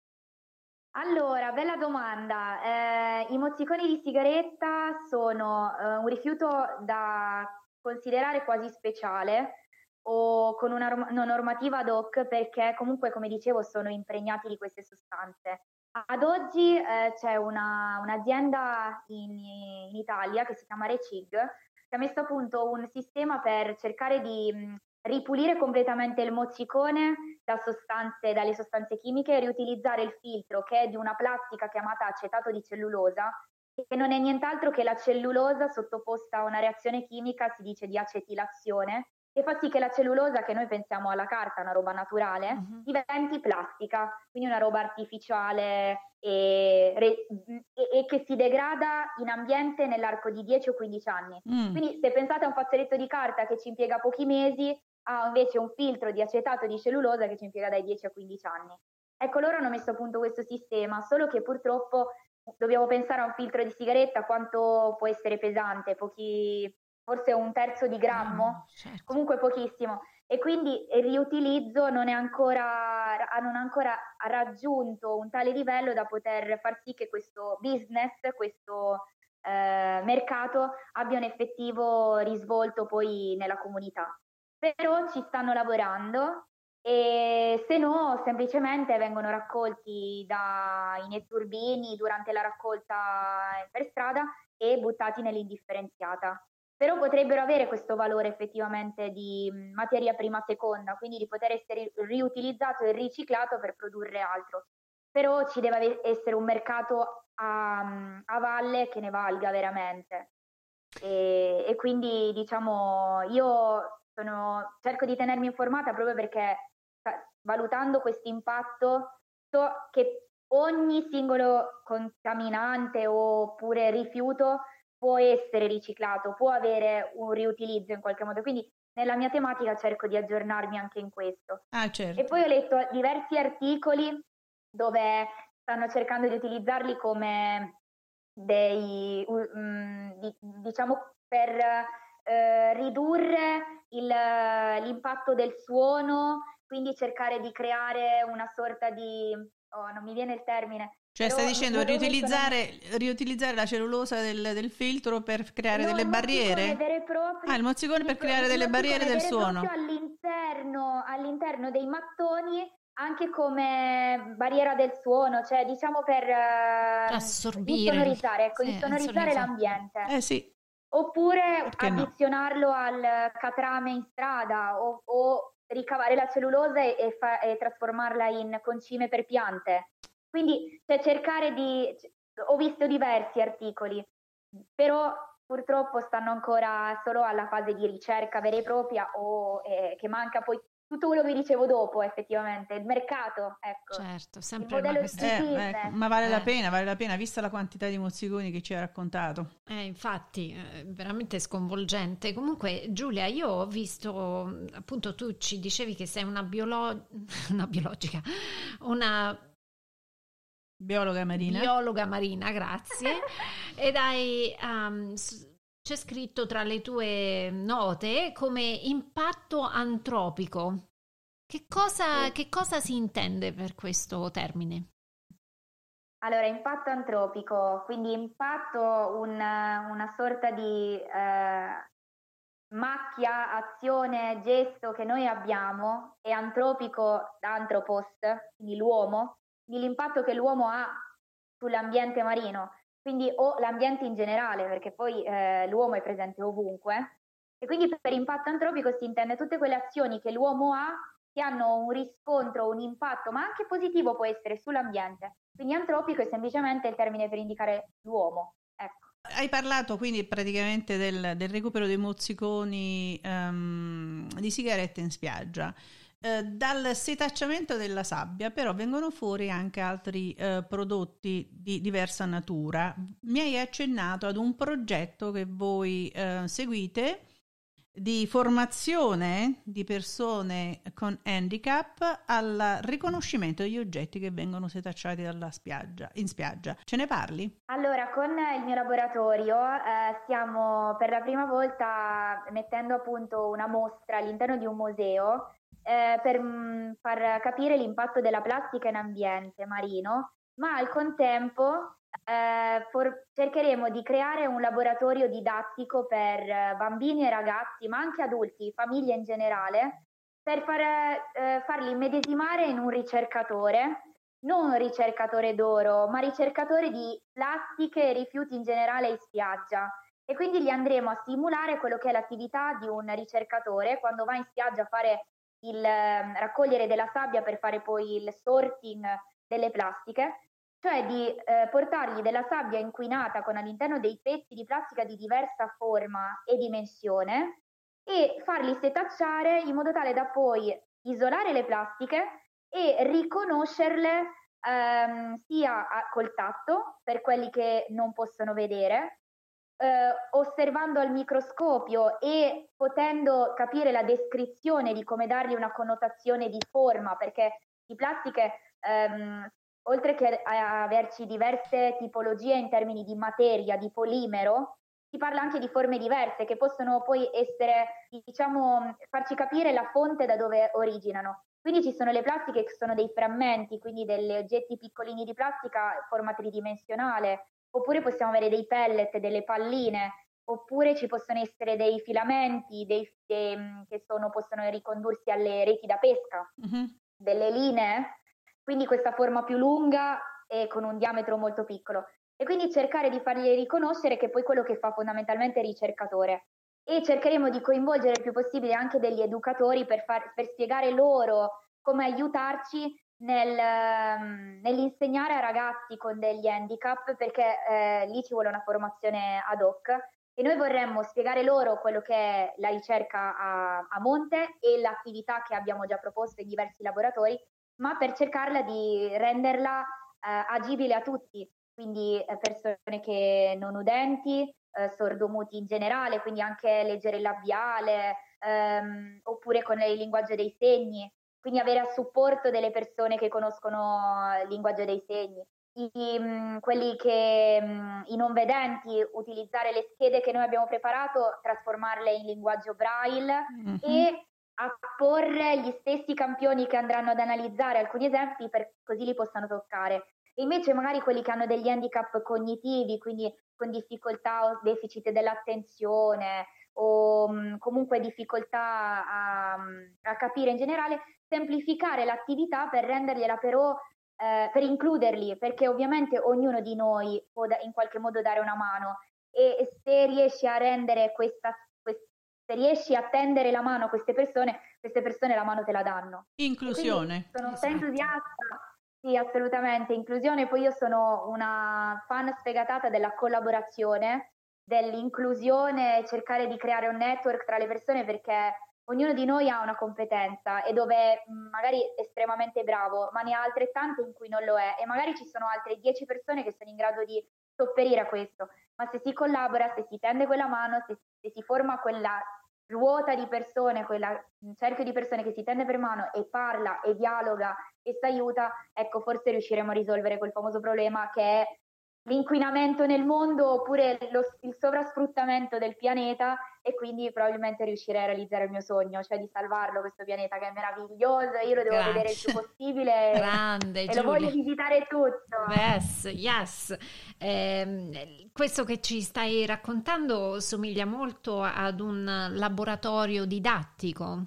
Allora, bella domanda. I mozziconi di sigaretta sono un rifiuto da considerare quasi speciale o con una normativa ad hoc, perché comunque, come dicevo, sono impregnati di queste sostanze. Ad oggi c'è un'azienda in Italia che si chiama Recig, che ha messo a punto un sistema per cercare di ripulire completamente il mozzicone dalle sostanze chimiche e riutilizzare il filtro, che è di una plastica chiamata acetato di cellulosa, che non è nient'altro che la cellulosa sottoposta a una reazione chimica, si dice di acetilazione, che fa sì che la cellulosa, che noi pensiamo alla carta, una roba naturale, diventi plastica, quindi una roba artificiale e che si degrada in ambiente nell'arco di 10 o 15 anni. Quindi se pensate a un fazzoletto di carta che ci impiega pochi mesi, ha invece un filtro di acetato di cellulosa che ci impiega dai 10 a 15 anni. Ecco, loro hanno messo a punto questo sistema, solo che purtroppo dobbiamo pensare a un filtro di sigaretta quanto può essere pesante, forse 1/3 di grammo, certo. Comunque pochissimo, e quindi il riutilizzo non ha ancora raggiunto un tale livello da poter far sì che questo business, questo mercato abbia un effettivo risvolto poi nella comunità. Però ci stanno lavorando, e se no semplicemente vengono raccolti dai netturbini durante la raccolta per strada e buttati nell'indifferenziata. Però potrebbero avere questo valore effettivamente di materia prima seconda, quindi di poter essere riutilizzato e riciclato per produrre altro. Però ci deve essere un mercato a valle che ne valga veramente. E quindi diciamo io cerco di tenermi informata proprio perché valutando questo impatto so che ogni singolo contaminante oppure rifiuto può essere riciclato, può avere un riutilizzo in qualche modo, quindi nella mia tematica cerco di aggiornarmi anche in questo. Certo. E poi ho letto diversi articoli dove stanno cercando di utilizzarli come diciamo per ridurre l'impatto del suono, quindi cercare di creare una sorta di non mi viene il termine. Cioè stai dicendo riutilizzare la cellulosa del filtro per creare delle barriere? Il mozzicone per creare delle barriere del suono. All'interno dei mattoni, anche come barriera del suono, cioè diciamo per insonorizzare, insonorizzare l'ambiente. Sì. Oppure addizionarlo al catrame in strada o ricavare la cellulosa e trasformarla in concime per piante. Quindi cercare ho visto diversi articoli, però purtroppo stanno ancora solo alla fase di ricerca vera e propria o che manca poi tutto quello che dicevo dopo, effettivamente, il mercato, ecco. Certo, sempre il modello di ma vale la pena, vista la quantità di mozziconi che ci hai raccontato. Infatti, veramente sconvolgente. Comunque, Giulia, io ho visto, appunto, tu ci dicevi che sei una biologica, una biologa marina, grazie. Ed c'è scritto tra le tue note come impatto antropico. Che cosa si intende per questo termine? Allora, impatto antropico, quindi impatto una sorta di macchia, azione, gesto che noi abbiamo, e antropico da anthropos, quindi l'uomo, quindi l'impatto che l'uomo ha sull'ambiente marino, quindi o l'ambiente in generale, perché poi l'uomo è presente ovunque, e quindi per impatto antropico si intende tutte quelle azioni che l'uomo ha che hanno un riscontro, un impatto, ma anche positivo può essere sull'ambiente. Quindi antropico è semplicemente il termine per indicare l'uomo. Ecco. Hai parlato quindi praticamente del recupero dei mozziconi di sigarette in spiaggia. Dal setacciamento della sabbia però vengono fuori anche altri prodotti di diversa natura. Mi hai accennato ad un progetto che voi seguite di formazione di persone con handicap al riconoscimento degli oggetti che vengono setacciati in spiaggia. Ce ne parli? Allora, con il mio laboratorio stiamo per la prima volta mettendo a punto una mostra all'interno di un museo per far capire l'impatto della plastica in ambiente marino, ma al contempo cercheremo di creare un laboratorio didattico per bambini e ragazzi, ma anche adulti, famiglie in generale, per farli immedesimare in un ricercatore, non un ricercatore d'oro, ma ricercatore di plastiche e rifiuti in generale in spiaggia. E quindi gli andremo a simulare quello che è l'attività di un ricercatore quando va in spiaggia a fare raccogliere della sabbia per fare poi il sorting delle plastiche, cioè di portargli della sabbia inquinata con all'interno dei pezzi di plastica di diversa forma e dimensione e farli setacciare in modo tale da poi isolare le plastiche e riconoscerle sia col tatto per quelli che non possono vedere osservando al microscopio e potendo capire la descrizione di come dargli una connotazione di forma, perché di plastiche, oltre che a averci diverse tipologie in termini di materia, di polimero, si parla anche di forme diverse che possono poi essere, diciamo, farci capire la fonte da dove originano. Quindi ci sono le plastiche che sono dei frammenti, quindi degli oggetti piccolini di plastica, forma tridimensionale, oppure possiamo avere dei pellet, delle palline, oppure ci possono essere dei filamenti che possono ricondursi alle reti da pesca, delle linee, quindi questa forma più lunga e con un diametro molto piccolo. E quindi cercare di fargli riconoscere che poi quello che fa fondamentalmente il ricercatore. E cercheremo di coinvolgere il più possibile anche degli educatori per spiegare loro come aiutarci nell'insegnare a ragazzi con degli handicap, perché lì ci vuole una formazione ad hoc e noi vorremmo spiegare loro quello che è la ricerca a monte e l'attività che abbiamo già proposto in diversi laboratori, ma per cercarla di renderla agibile a tutti, quindi persone che non udenti, sordomuti in generale, quindi anche leggere il labiale, oppure con il linguaggio dei segni, quindi avere a supporto delle persone che conoscono il linguaggio dei segni. Quelli che i non vedenti, utilizzare le schede che noi abbiamo preparato, trasformarle in linguaggio braille e apporre gli stessi campioni che andranno ad analizzare alcuni esempi così li possano toccare. E invece magari quelli che hanno degli handicap cognitivi, quindi con difficoltà o deficit dell'attenzione o comunque difficoltà a capire in generale, semplificare l'attività per rendergliela però per includerli, perché ovviamente ognuno di noi può in qualche modo dare una mano e se riesci a rendere se riesci a tendere la mano a queste persone la mano te la danno. Inclusione. Sono entusiasta, sì, assolutamente, inclusione. Poi io sono una fan sfegatata della collaborazione, dell'inclusione, cercare di creare un network tra le persone, perché ognuno di noi ha una competenza e dove è magari estremamente bravo, ma ne ha altrettante in cui non lo è, e magari ci sono altre 10 persone che sono in grado di sopperire a questo, ma se si collabora, se si tende quella mano, se si forma quella ruota di persone, un cerchio di persone che si tende per mano e parla e dialoga e si aiuta, ecco, forse riusciremo a risolvere quel famoso problema che è l'inquinamento nel mondo, oppure il sovrasfruttamento del pianeta, e quindi probabilmente riuscirei a realizzare il mio sogno, cioè di salvarlo questo pianeta che è meraviglioso, io lo devo vedere il più possibile. Grande, e lo voglio visitare tutto. Yes. Questo che ci stai raccontando somiglia molto ad un laboratorio didattico.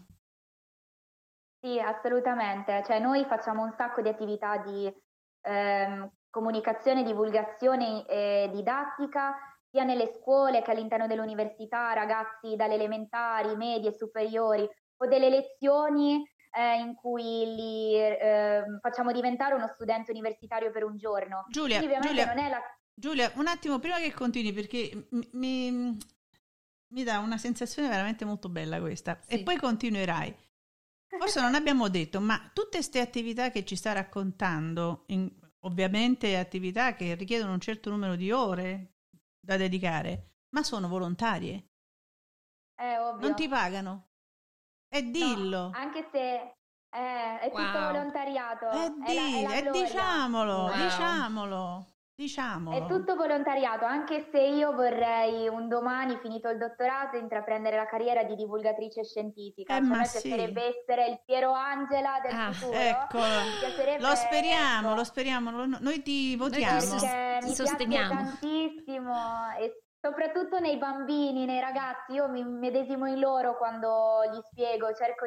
Sì, assolutamente, cioè noi facciamo un sacco di attività di comunicazione, divulgazione e didattica, sia nelle scuole che all'interno dell'università, ragazzi dalle elementari, medie, superiori, o delle lezioni in cui li facciamo diventare uno studente universitario per un giorno. Giulia, Giulia, un attimo prima che continui, perché mi dà una sensazione veramente molto bella questa, sì. E poi continuerai. Forse non abbiamo detto, ma tutte queste attività che ci sta raccontando, ovviamente attività che richiedono un certo numero di ore da dedicare, ma sono volontarie. Ovvio. Non ti pagano. E dillo. No, anche se è tutto volontariato. Diciamolo, diciamolo. È tutto volontariato, anche se io vorrei un domani, finito il dottorato, intraprendere la carriera di divulgatrice scientifica. Cioè, a me piacerebbe essere il Piero Angela del futuro. Ecco, lo speriamo, noi ti votiamo. Mi sosteniamo tantissimo, e soprattutto nei bambini, nei ragazzi. Io mi medesimo in loro quando gli spiego, cerco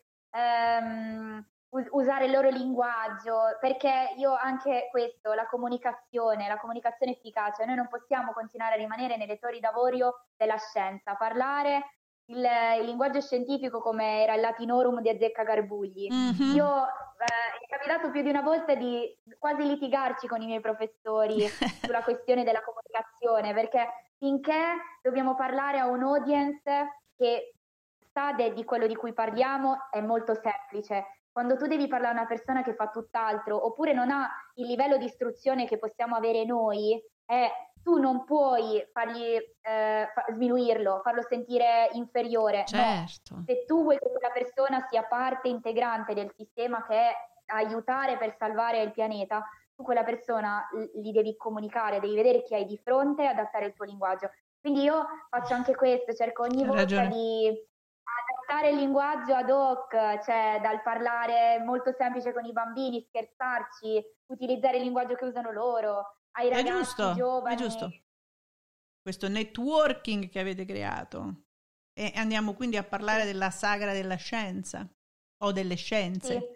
di usare il loro linguaggio, perché io anche questo, la comunicazione efficace, noi non possiamo continuare a rimanere nelle torri d'avorio della scienza, parlare il linguaggio scientifico come era il latinorum di Azzecca Garbugli. Io è capitato più di una volta di quasi litigarci con i miei professori sulla questione della comunicazione, perché finché dobbiamo parlare a un audience che sa di quello di cui parliamo è molto semplice. Quando tu devi parlare a una persona che fa tutt'altro, oppure non ha il livello di istruzione che possiamo avere noi, è tu non puoi fargli sminuirlo, farlo sentire inferiore. Certo. No. Se tu vuoi che quella persona sia parte integrante del sistema che è aiutare per salvare il pianeta, tu quella persona gli devi comunicare, devi vedere chi hai di fronte e adattare il tuo linguaggio. Quindi io faccio anche questo, cerco ogni volta di adattare il linguaggio ad hoc, cioè dal parlare molto semplice con i bambini, scherzarci, utilizzare il linguaggio che usano loro, ai ragazzi giovani. È giusto. Questo networking che avete creato. E andiamo quindi a parlare della sagra della scienza o delle scienze. Sì.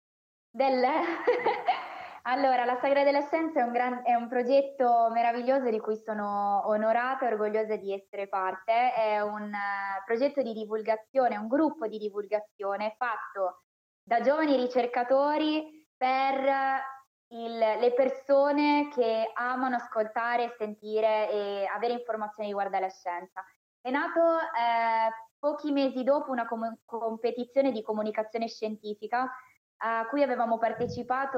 Allora, la Sagra della Scienza è un progetto meraviglioso di cui sono onorata e orgogliosa di essere parte. È un progetto di divulgazione, un gruppo di divulgazione fatto da giovani ricercatori per le persone che amano ascoltare, sentire e avere informazioni riguardo alla scienza. È nato pochi mesi dopo una competizione di comunicazione scientifica a cui avevamo partecipato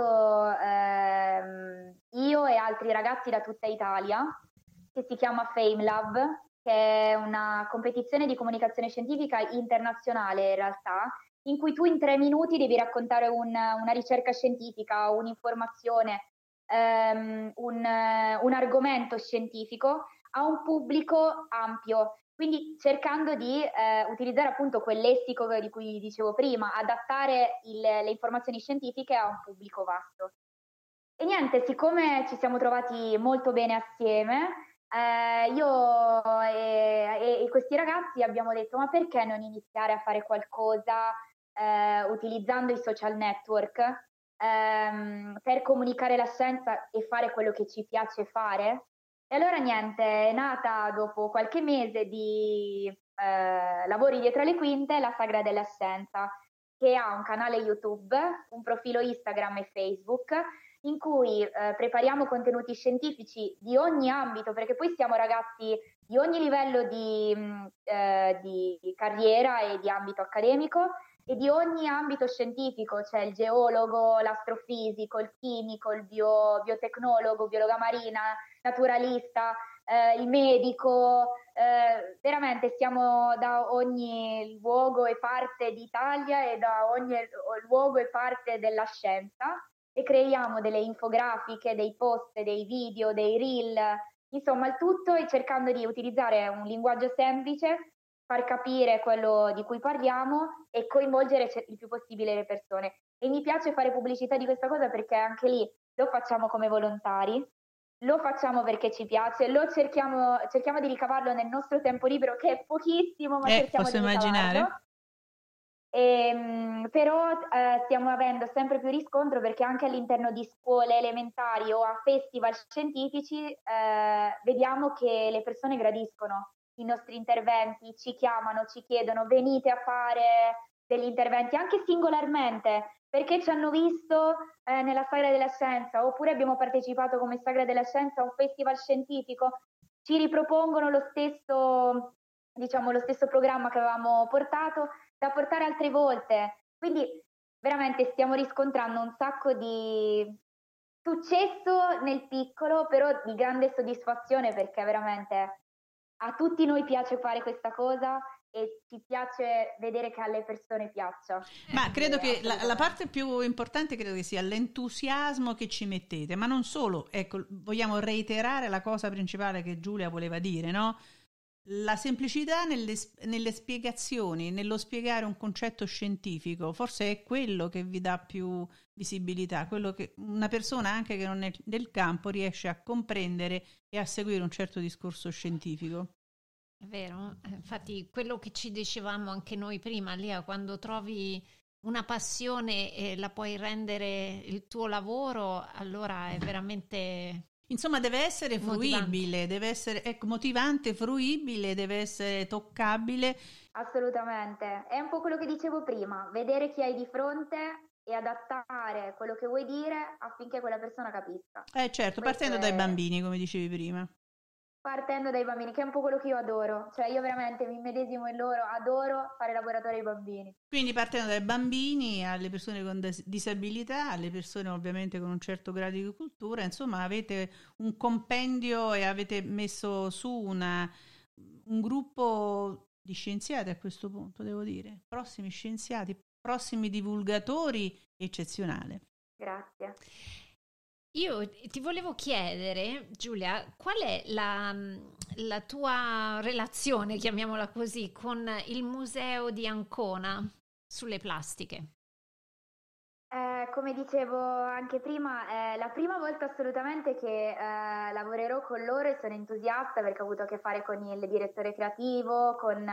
io e altri ragazzi da tutta Italia, che si chiama FameLab, che è una competizione di comunicazione scientifica internazionale in realtà, in cui tu in 3 minuti devi raccontare una ricerca scientifica, un'informazione, un argomento scientifico a un pubblico ampio. Quindi cercando di utilizzare appunto quel lessico di cui dicevo prima, adattare le informazioni scientifiche a un pubblico vasto. E niente, siccome ci siamo trovati molto bene assieme, io e questi ragazzi abbiamo detto: ma perché non iniziare a fare qualcosa utilizzando i social network per comunicare la scienza e fare quello che ci piace fare? E allora niente, è nata dopo qualche mese di lavori dietro le quinte la Sagra della Scienza, che ha un canale YouTube, un profilo Instagram e Facebook, in cui prepariamo contenuti scientifici di ogni ambito, perché poi siamo ragazzi di ogni livello di carriera e di ambito accademico e di ogni ambito scientifico, cioè il geologo, l'astrofisico, il chimico, il biotecnologo, biologa marina, naturalista, il medico, veramente siamo da ogni luogo e parte d'Italia e da ogni luogo e parte della scienza e creiamo delle infografiche, dei post, dei video, dei reel, insomma il tutto e cercando di utilizzare un linguaggio semplice, far capire quello di cui parliamo e coinvolgere il più possibile le persone. E mi piace fare pubblicità di questa cosa perché anche lì lo facciamo come volontari, lo facciamo perché ci piace, lo cerchiamo di ricavarlo nel nostro tempo libero, che è pochissimo, ma cerchiamo di ricavarlo. Però stiamo avendo sempre più riscontro perché anche all'interno di scuole elementari o a festival scientifici vediamo che le persone gradiscono i nostri interventi, ci chiamano, ci chiedono venite a fare degli interventi anche singolarmente perché ci hanno visto nella Sagra della Scienza, oppure abbiamo partecipato come Sagra della Scienza a un festival scientifico, ci ripropongono lo stesso programma che avevamo portato da portare altre volte. Quindi veramente stiamo riscontrando un sacco di successo nel piccolo, però di grande soddisfazione perché veramente a tutti noi piace fare questa cosa e ci piace vedere che alle persone piaccia. Ma credo che la parte più importante credo che sia l'entusiasmo che ci mettete, ma non solo, ecco, vogliamo reiterare la cosa principale che Giulia voleva dire, no? La semplicità nelle spiegazioni, nello spiegare un concetto scientifico, forse è quello che vi dà più visibilità, quello che una persona anche che non è del campo riesce a comprendere e a seguire un certo discorso scientifico. È vero, infatti quello che ci dicevamo anche noi prima, Lia, quando trovi una passione e la puoi rendere il tuo lavoro, allora è veramente... Insomma, deve essere fruibile, deve essere motivante, fruibile, deve essere toccabile. Assolutamente, è un po' quello che dicevo prima, vedere chi hai di fronte e adattare quello che vuoi dire affinché quella persona capisca. Certo, partendo dai bambini, come dicevi prima. partendo dai bambini, che è un po' quello che io adoro, cioè io veramente mi immedesimo in loro, adoro fare laboratorio ai bambini. Quindi partendo dai bambini alle persone con disabilità, alle persone ovviamente con un certo grado di cultura, insomma avete un compendio e avete messo su un gruppo di scienziati a questo punto, devo dire, prossimi scienziati, prossimi divulgatori, eccezionale. Grazie. Io ti volevo chiedere, Giulia, qual è la tua relazione, chiamiamola così, con il museo di Ancona sulle plastiche? Come dicevo anche prima, è la prima volta assolutamente che lavorerò con loro e sono entusiasta perché ho avuto a che fare con il direttore creativo, con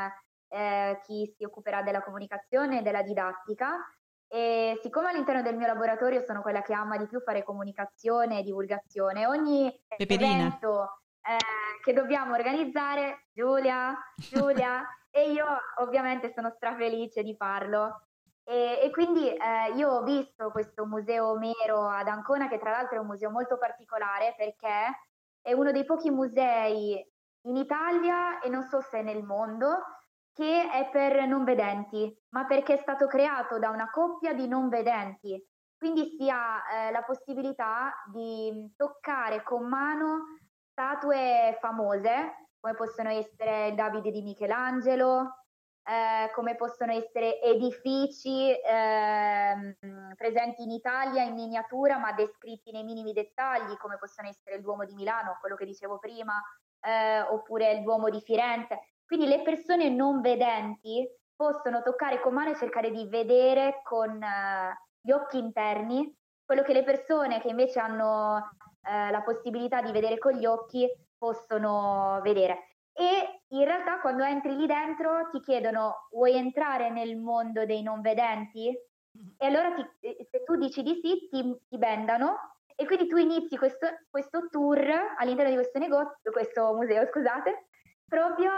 chi si occuperà della comunicazione e della didattica. E siccome all'interno del mio laboratorio sono quella che ama di più fare comunicazione e divulgazione, ogni evento che dobbiamo organizzare, Giulia, e io ovviamente sono strafelice di farlo. E quindi io ho visto questo museo Omero ad Ancona, che tra l'altro è un museo molto particolare perché è uno dei pochi musei in Italia e non so se nel mondo che è per non vedenti, ma perché è stato creato da una coppia di non vedenti. Quindi si ha la possibilità di toccare con mano statue famose, come possono essere il Davide di Michelangelo, come possono essere edifici presenti in Italia in miniatura ma descritti nei minimi dettagli, come possono essere il Duomo di Milano, quello che dicevo prima, oppure il Duomo di Firenze. Quindi le persone non vedenti possono toccare con mano e cercare di vedere con gli occhi interni quello che le persone che invece hanno la possibilità di vedere con gli occhi possono vedere. E in realtà quando entri lì dentro ti chiedono: vuoi entrare nel mondo dei non vedenti? E allora se tu dici di sì ti bendano e quindi tu inizi questo tour all'interno di questo negozio, questo museo, scusate, proprio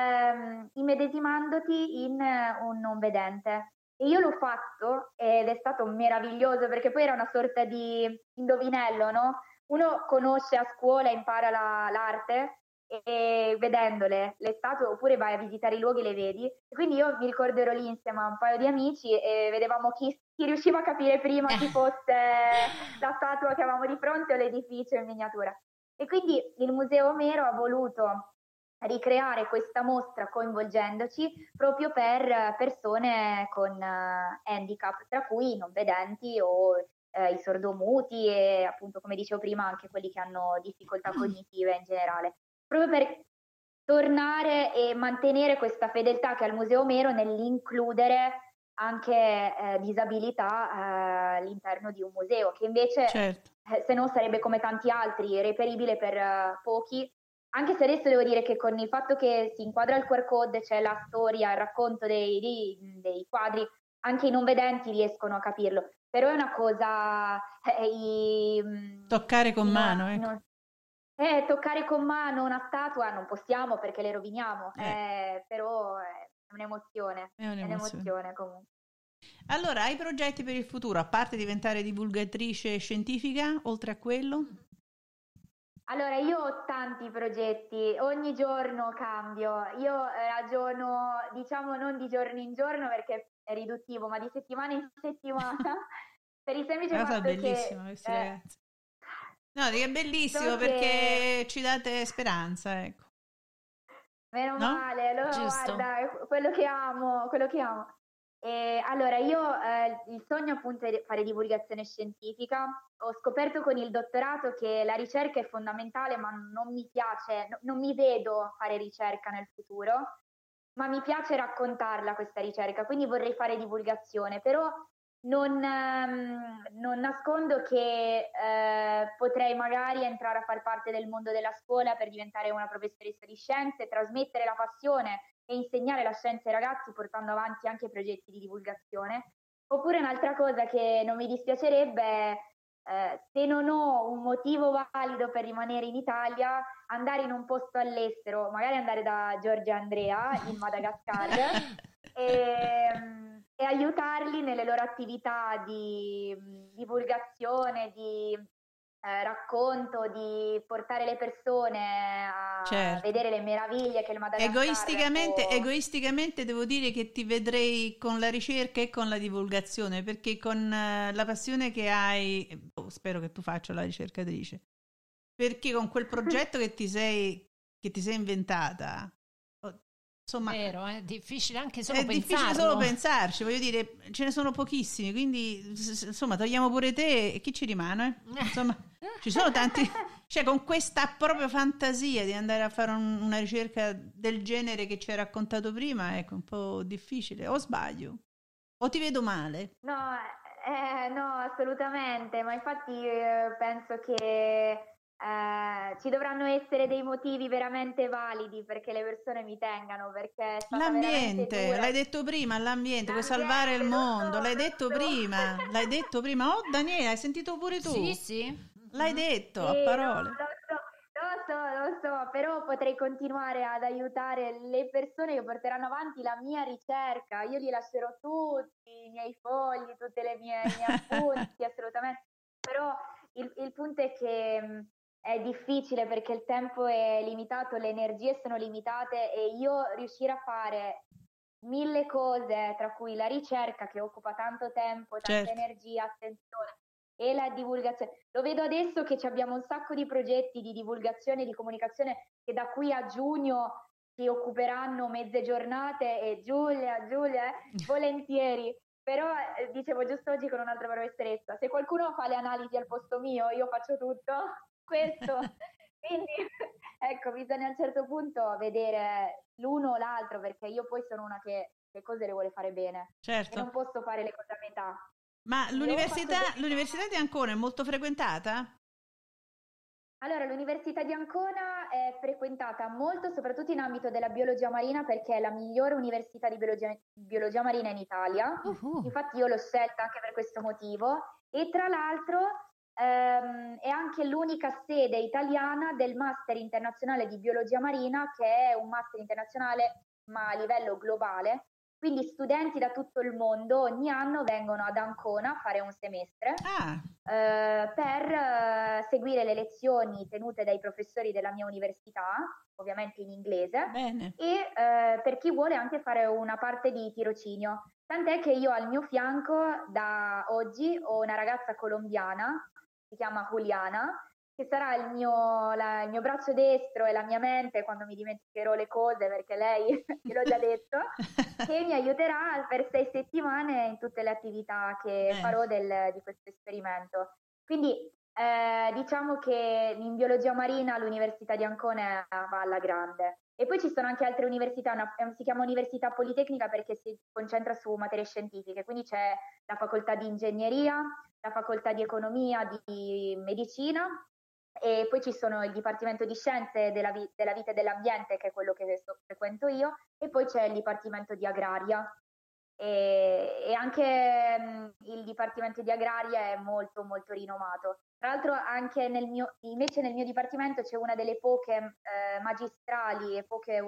immedesimandoti in un non vedente. E io l'ho fatto ed è stato meraviglioso perché poi era una sorta di indovinello, no? Uno conosce a scuola, impara l'arte e vedendole le statue, oppure vai a visitare i luoghi e le vedi. E quindi io mi ricordo ero lì insieme a un paio di amici e vedevamo chi riusciva a capire prima chi fosse la statua che avevamo di fronte o l'edificio in miniatura. E quindi il Museo Omero ha voluto ricreare questa mostra coinvolgendoci proprio per persone con handicap, tra cui i non vedenti o i sordomuti e appunto, come dicevo prima, anche quelli che hanno difficoltà cognitive in generale, proprio per tornare e mantenere questa fedeltà che ha il Museo Omero nell'includere anche disabilità all'interno di un museo, che invece se no sarebbe come tanti altri, reperibile per pochi. Anche se adesso devo dire che con il fatto che si inquadra il QR code, c'è la storia, il racconto dei quadri, anche i non vedenti riescono a capirlo. Però è una cosa... toccare con mano, ecco. Toccare con mano una statua non possiamo perché le roviniamo, però è un'emozione. È un'emozione comunque. Allora, hai progetti per il futuro, a parte diventare divulgatrice scientifica, oltre a quello? Allora, io ho tanti progetti, ogni giorno cambio, io ragiono, diciamo non di giorno in giorno perché è riduttivo, ma di settimana in settimana, per il semplice fatto bellissimo, questi ragazzi. No, è bellissimo perché ci date speranza, ecco. Meno male, allora guarda, è quello che amo. Allora, io il sogno appunto è fare divulgazione scientifica. Ho scoperto con il dottorato che la ricerca è fondamentale, ma non mi piace, non mi vedo fare ricerca nel futuro, ma mi piace raccontarla questa ricerca, quindi vorrei fare divulgazione, però non nascondo che potrei magari entrare a far parte del mondo della scuola per diventare una professoressa di scienze, trasmettere la passione e insegnare la scienza ai ragazzi portando avanti anche progetti di divulgazione. Oppure un'altra cosa che non mi dispiacerebbe è, se non ho un motivo valido per rimanere in Italia, andare in un posto all'estero, magari andare da Giorgia e Andrea in Madagascar e aiutarli nelle loro attività di divulgazione, di racconto, di portare le persone a Certo. vedere le meraviglie che il Madagascar Egoisticamente devo dire che ti vedrei con la ricerca e con la divulgazione, perché con la passione che hai, spero che tu faccia la ricercatrice, perché con quel progetto che ti sei inventata, insomma, vero, è difficile anche solo è pensarlo. difficile solo pensarci, voglio dire, ce ne sono pochissimi, quindi insomma togliamo pure te e chi ci rimane? Insomma, ci sono tanti, cioè con questa proprio fantasia di andare a fare una ricerca del genere che ci hai raccontato prima, ecco, un po' difficile, o sbaglio? O ti vedo male? No, no, assolutamente, ma infatti penso che ci dovranno essere dei motivi veramente validi perché le persone mi tengano, perché è stata veramente L'ambiente, dura. l'hai detto prima, l'ambiente, puoi salvare il mondo, l'hai detto prima, oh Daniele, hai sentito pure tu? Sì. L'hai detto Sì, a parole. no, lo so, però potrei continuare ad aiutare le persone che porteranno avanti la mia ricerca. Io gli lascerò tutti i miei fogli, tutte i miei appunti, assolutamente. Però il punto è che è difficile perché il tempo è limitato, le energie sono limitate e io riuscire a fare 1000 cose, tra cui la ricerca che occupa tanto tempo, tanta Certo. energia, attenzione, e la divulgazione. Lo vedo adesso che abbiamo un sacco di progetti di divulgazione e di comunicazione che da qui a giugno ci occuperanno mezze giornate e Giulia, volentieri. Però dicevo giusto oggi con un'altra professoressa, se qualcuno fa le analisi al posto mio, io faccio tutto questo. Quindi ecco, bisogna a un certo punto vedere l'uno o l'altro, perché io poi sono una che le cose le vuole fare bene. Certo. E non posso fare le cose a metà. Ma l'università di Ancona è molto frequentata? Allora, l'Università di Ancona è frequentata molto, soprattutto in ambito della biologia marina, perché è la migliore università di biologia marina in Italia. Infatti io l'ho scelta anche per questo motivo. E tra l'altro è anche l'unica sede italiana del Master internazionale di biologia marina, che è un master internazionale ma a livello globale. Quindi studenti da tutto il mondo ogni anno vengono ad Ancona a fare un semestre per seguire le lezioni tenute dai professori della mia università, ovviamente in inglese. Bene. E per chi vuole anche fare una parte di tirocinio. Tant'è che io al mio fianco da oggi ho una ragazza colombiana, si chiama Juliana, che sarà il mio braccio destro e la mia mente quando mi dimenticherò le cose, perché lei, gliel'ho già detto, che mi aiuterà per 6 settimane in tutte le attività che farò di questo esperimento. Quindi diciamo che in biologia marina l'Università di Ancona va alla grande. E poi ci sono anche altre università, si chiama Università Politecnica perché si concentra su materie scientifiche, quindi c'è la facoltà di ingegneria, la facoltà di economia, di medicina, e poi ci sono il Dipartimento di Scienze della Vita e dell'Ambiente, che è quello che frequento io, e poi c'è il Dipartimento di Agraria. E anche il Dipartimento di Agraria è molto molto rinomato. Tra l'altro anche invece nel mio dipartimento c'è una delle poche magistrali e poche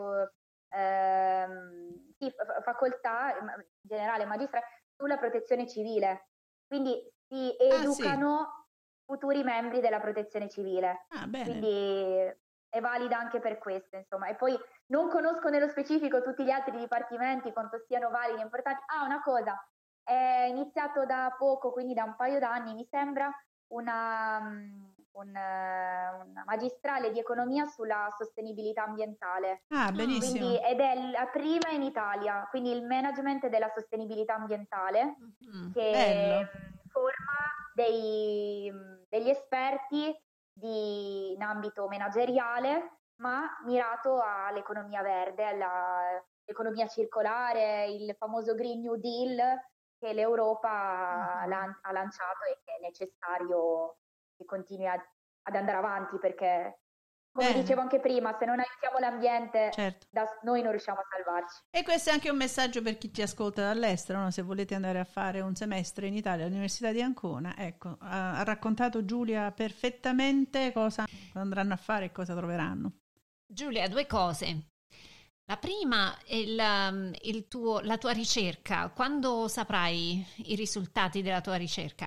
facoltà, in generale magistrali, sulla protezione civile. Quindi si educano futuri membri della protezione civile. Bene. Quindi è valida anche per questo, insomma. E poi non conosco nello specifico tutti gli altri dipartimenti, quanto siano validi e importanti. Una cosa, è iniziato da poco, quindi da un paio d'anni, mi sembra, una magistrale di economia sulla sostenibilità ambientale. Benissimo. Quindi, ed è la prima in Italia, quindi il management della sostenibilità ambientale, che forma degli esperti in ambito manageriale, ma mirato all'economia verde, all'economia circolare, il famoso Green New Deal che l'Europa ha lanciato e che è necessario che continui ad andare avanti, perché, come dicevo anche prima, se non aiutiamo l'ambiente, noi non riusciamo a salvarci. E questo è anche un messaggio per chi ci ascolta dall'estero, no? Se volete andare a fare un semestre in Italia all'Università di Ancona, ecco, ha raccontato Giulia perfettamente cosa andranno a fare e cosa troveranno. Giulia, 2 cose. La prima è la tua ricerca. Quando saprai i risultati della tua ricerca?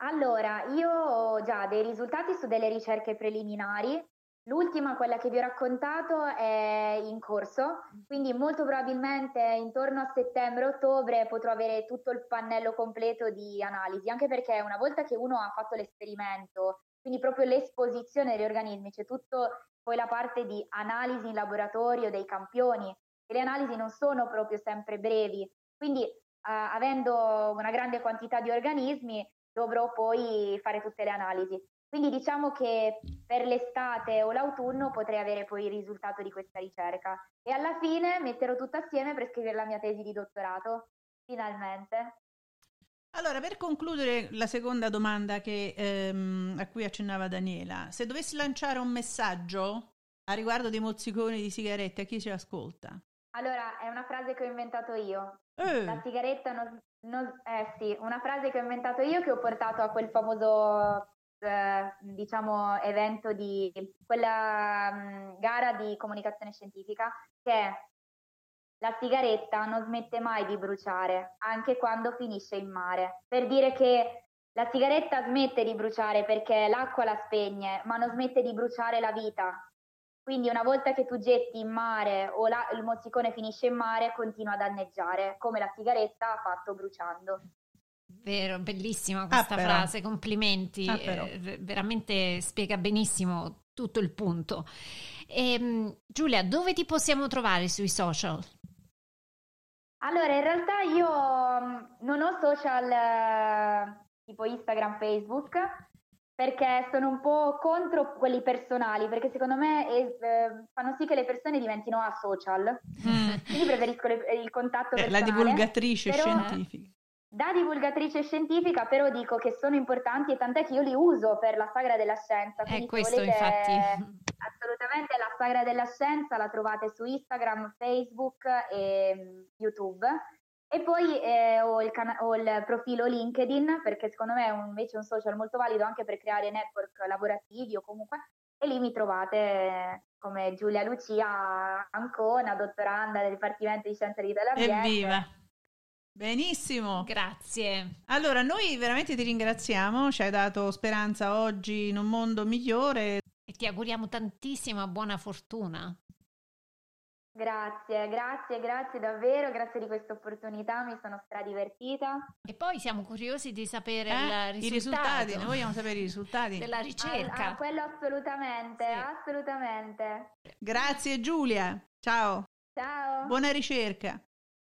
Allora, io ho già dei risultati su delle ricerche preliminari. L'ultima, quella che vi ho raccontato, è in corso, quindi molto probabilmente intorno a settembre-ottobre potrò avere tutto il pannello completo di analisi, anche perché una volta che uno ha fatto l'esperimento, quindi proprio l'esposizione degli organismi, c'è tutto poi la parte di analisi in laboratorio dei campioni, e le analisi non sono proprio sempre brevi, quindi avendo una grande quantità di organismi dovrò poi fare tutte le analisi. Quindi diciamo che per l'estate o l'autunno potrei avere poi il risultato di questa ricerca e alla fine metterò tutto assieme per scrivere la mia tesi di dottorato, finalmente. Allora, per concludere la seconda domanda a cui accennava Daniela, se dovessi lanciare un messaggio a riguardo dei mozziconi di sigarette, a chi ci ascolta? Allora, è una frase che ho inventato io. La sigaretta sì, una frase che ho inventato io, che ho portato a quel famoso diciamo evento di quella gara di comunicazione scientifica, che è: la sigaretta non smette mai di bruciare, anche quando finisce in mare. Per dire che la sigaretta smette di bruciare perché l'acqua la spegne, ma non smette di bruciare la vita. Quindi una volta che tu getti in mare o il mozzicone finisce in mare, continua a danneggiare, come la sigaretta ha fatto bruciando. Vero, bellissima questa frase, complimenti, veramente spiega benissimo tutto il punto. Giulia, dove ti possiamo trovare sui social? Allora, in realtà io non ho social tipo Instagram, Facebook, perché sono un po' contro quelli personali, perché secondo me fanno sì che le persone diventino asocial. Quindi preferisco il contatto personale. La divulgatrice scientifica. Da divulgatrice scientifica, però dico che sono importanti, e tant'è che io li uso per la Sagra della Scienza. Questo infatti. Assolutamente, la Sagra della Scienza la trovate su Instagram, Facebook e YouTube. E poi ho il profilo LinkedIn, perché secondo me è invece un social molto valido anche per creare network lavorativi o comunque, e lì mi trovate come Giulia Lucia Ancona, dottoranda del Dipartimento di Scienze dell'Ambiente. Evviva! Benissimo, grazie. Allora, noi veramente ti ringraziamo, ci hai dato speranza oggi in un mondo migliore e ti auguriamo tantissima buona fortuna. Grazie davvero, grazie di questa opportunità, mi sono stradivertita. E poi siamo curiosi di sapere i risultati, noi vogliamo sapere i risultati della ricerca. Quello assolutamente, assolutamente. Grazie Giulia, ciao. Ciao. Buona ricerca.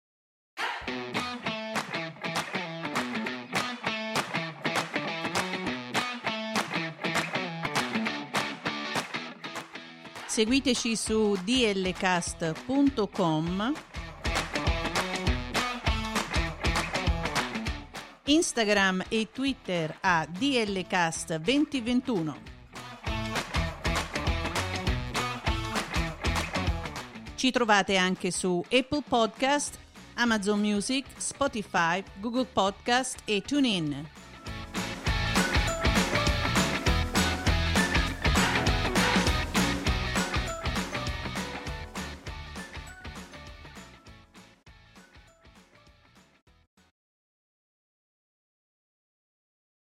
Seguiteci su dlcast.com, Instagram e Twitter a dlcast2021. Ci trovate anche su Apple Podcast, Amazon Music, Spotify, Google Podcast e TuneIn.